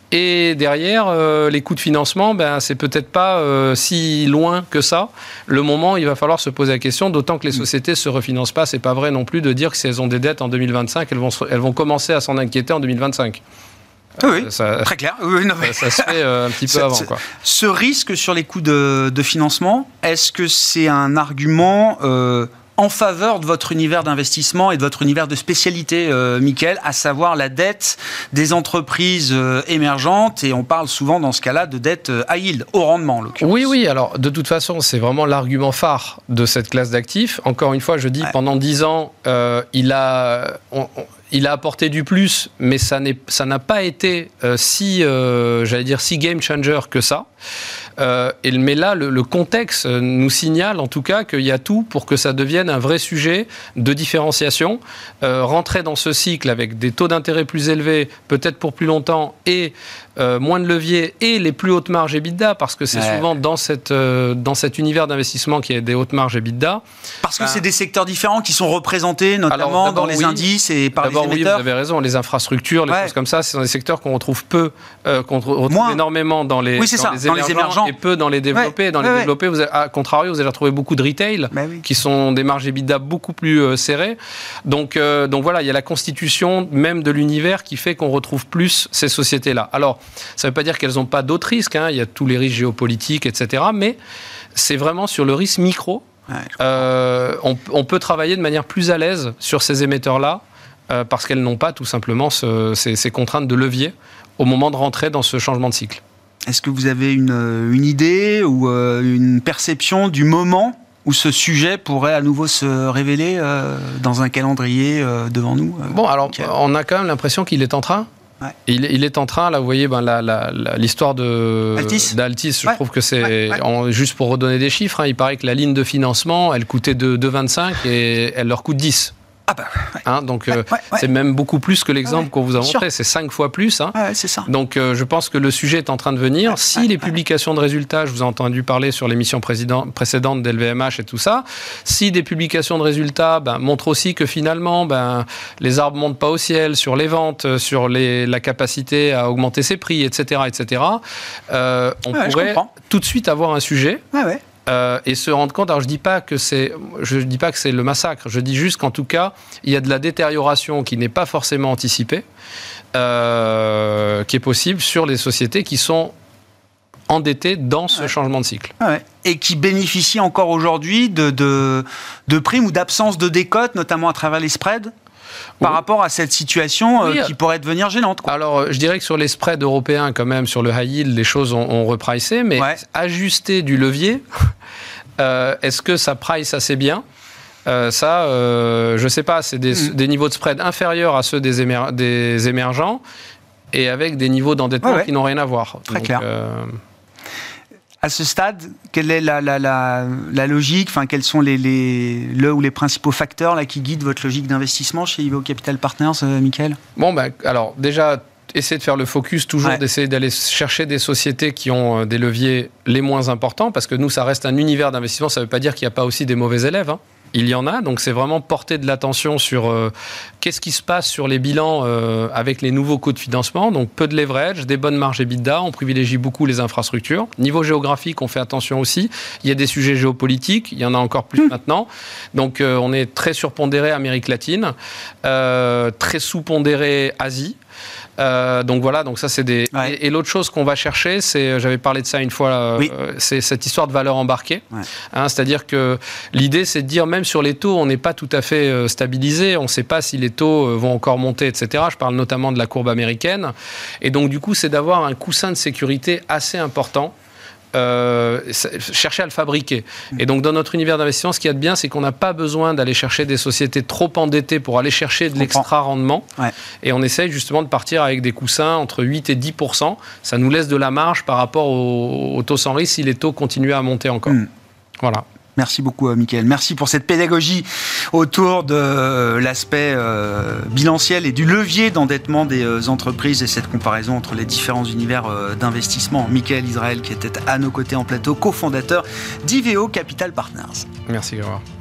Et derrière, euh, les coûts de financement, ben, c'est peut-être pas euh, si loin que ça. Le moment, il va falloir se poser la question, d'autant que les sociétés ne se refinancent pas. Ce n'est pas vrai non plus de dire que si elles ont des dettes en deux mille vingt-cinq, elles vont, elles vont commencer à s'en inquiéter en deux mille vingt-cinq. Oui, ça, très clair. Oui, non, mais... ça, ça se fait euh, un petit peu avant. Quoi. Ce risque sur les coûts de, de financement, est-ce que c'est un argument... Euh, en faveur de votre univers d'investissement et de votre univers de spécialité, euh, Mickaël, à savoir la dette des entreprises euh, émergentes, et on parle souvent dans ce cas-là de dette euh, high yield, haut rendement en l'occurrence. Oui, oui, alors de toute façon, c'est vraiment l'argument phare de cette classe d'actifs. Encore une fois, je dis, ouais. pendant dix ans, euh, il a... On, on, il a apporté du plus, mais ça, n'est, ça n'a pas été euh, si, euh, j'allais dire, si game changer que ça. Euh, et, mais là, le, le contexte nous signale en tout cas qu'il y a tout pour que ça devienne un vrai sujet de différenciation. Euh, rentrer dans ce cycle avec des taux d'intérêt plus élevés, peut-être pour plus longtemps, et euh, moins de levier, et les plus hautes marges EBITDA, parce que c'est ouais. souvent dans, cette, euh, dans cet univers d'investissement qu'il y a des hautes marges EBITDA. Parce que ben, c'est des secteurs différents qui sont représentés, notamment alors, dans les oui, indices et par les émetteurs. Oui, vous avez raison, les infrastructures, les ouais. choses comme ça, c'est dans des secteurs qu'on retrouve peu, euh, qu'on retrouve Moins. énormément dans les, oui, dans, ça, les dans les émergents et peu dans les développés. Ouais. Dans les ouais, développés, vous avez, à contrario, vous allez retrouver beaucoup de retail, bah oui. qui sont des marges EBITDA beaucoup plus euh, serrées. Donc, euh, donc voilà, il y a la constitution même de l'univers qui fait qu'on retrouve plus ces sociétés-là. Alors, ça ne veut pas dire qu'elles n'ont pas d'autres risques, hein. Il y a tous les risques géopolitiques, et cetera. Mais c'est vraiment sur le risque micro. Ouais, euh, on, on peut travailler de manière plus à l'aise sur ces émetteurs-là, euh, parce qu'elles n'ont pas tout simplement ce, ces, ces contraintes de levier au moment de rentrer dans ce changement de cycle. Est-ce que vous avez une, une idée ou euh, une perception du moment où ce sujet pourrait à nouveau se révéler euh, dans un calendrier euh, devant nous euh, Bon, alors, okay. on a quand même l'impression qu'il est en train. Ouais. Il, il est en train, là, vous voyez, ben, la, la, la, l'histoire de, Altis. d'Altis, je ouais. trouve que c'est, ouais, ouais. En, juste pour redonner des chiffres, hein, il paraît que la ligne de financement, elle coûtait de deux virgule vingt-cinq et elle leur coûte dix. Ah bah, ouais. Hein, donc ouais, euh, ouais, ouais. c'est même beaucoup plus que l'exemple ouais, qu'on vous a montré, sûr. C'est cinq fois plus. Hein. Ouais, c'est ça. Donc euh, je pense que le sujet est en train de venir. Ouais, si ouais, les ouais. publications de résultats, je vous ai entendu parler sur l'émission précédente d'L V M H et tout ça, si des publications de résultats ben, montrent aussi que finalement ben, les arbres ne montent pas au ciel sur les ventes, sur les, la capacité à augmenter ses prix, et cetera, et cetera, euh, on ouais, pourrait tout de suite avoir un sujet. Ouais, ouais. Euh, et se rendre compte, alors je dis pas que c'est, je dis pas que c'est le massacre, je dis juste qu'en tout cas, il y a de la détérioration qui n'est pas forcément anticipée, euh, qui est possible sur les sociétés qui sont endettées dans ce ouais. changement de cycle. Ouais. Et qui bénéficient encore aujourd'hui de, de, de primes ou d'absence de décote, notamment à travers les spreads. Par oui. rapport à cette situation oui. euh, qui pourrait devenir gênante. Quoi. Alors, je dirais que sur les spreads européens, quand même, sur le high yield, les choses ont, ont repricé, mais ouais. ajuster du levier, euh, est-ce que ça price assez bien ? euh, Ça, euh, je ne sais pas, c'est des, mmh. des niveaux de spread inférieurs à ceux des, émer- des émergents et avec des niveaux d'endettement ouais, ouais. qui n'ont rien à voir. Très Donc, clair. Euh, À ce stade, quelle est la, la, la, la logique, enfin, quels sont les, les, le ou les principaux facteurs là, qui guident votre logique d'investissement chez Ivo Capital Partners, euh, Mickaël ? Bon, ben, alors déjà, essayer de faire le focus, toujours ouais. d'essayer d'aller chercher des sociétés qui ont euh, des leviers les moins importants, parce que nous, ça reste un univers d'investissement, ça ne veut pas dire qu'il n'y a pas aussi des mauvais élèves, hein. Il y en a, donc c'est vraiment porter de l'attention sur euh, qu'est-ce qui se passe sur les bilans euh, avec les nouveaux coûts de financement. Donc peu de leverage, des bonnes marges EBITDA, on privilégie beaucoup les infrastructures. Niveau géographique, on fait attention aussi. Il y a des sujets géopolitiques, il y en a encore plus mmh. maintenant. Donc euh, on est très surpondéré Amérique latine, euh, très sous-pondéré Asie. Euh, donc voilà, donc ça c'est des. Ouais. Et, et l'autre chose qu'on va chercher, c'est, j'avais parlé de ça une fois, oui. euh, c'est cette histoire de valeur embarquée. Ouais. Hein, c'est-à-dire que l'idée, c'est de dire même sur les taux, on n'est pas tout à fait euh, stabilisé, on ne sait pas si les taux euh, vont encore monter, et cetera. Je parle notamment de la courbe américaine. Et donc du coup, c'est d'avoir un coussin de sécurité assez important. Euh, chercher à le fabriquer. Et donc dans notre univers d'investissement, ce qu'il y a de bien, c'est qu'on n'a pas besoin d'aller chercher des sociétés trop endettées pour aller chercher de l'extra rendement. Ouais. Et on essaye justement de partir avec des coussins entre huit et dix pour cent. Ça nous laisse de la marge par rapport aux au taux sans risque si les taux continuent à monter encore. Mmh. Voilà. Merci beaucoup, Mickaël. Merci pour cette pédagogie autour de l'aspect euh, bilanciel et du levier d'endettement des euh, entreprises et cette comparaison entre les différents univers euh, d'investissement. Mickaël Israël, qui était à nos côtés en plateau, cofondateur d'Iveo Capital Partners. Merci, Grégoire.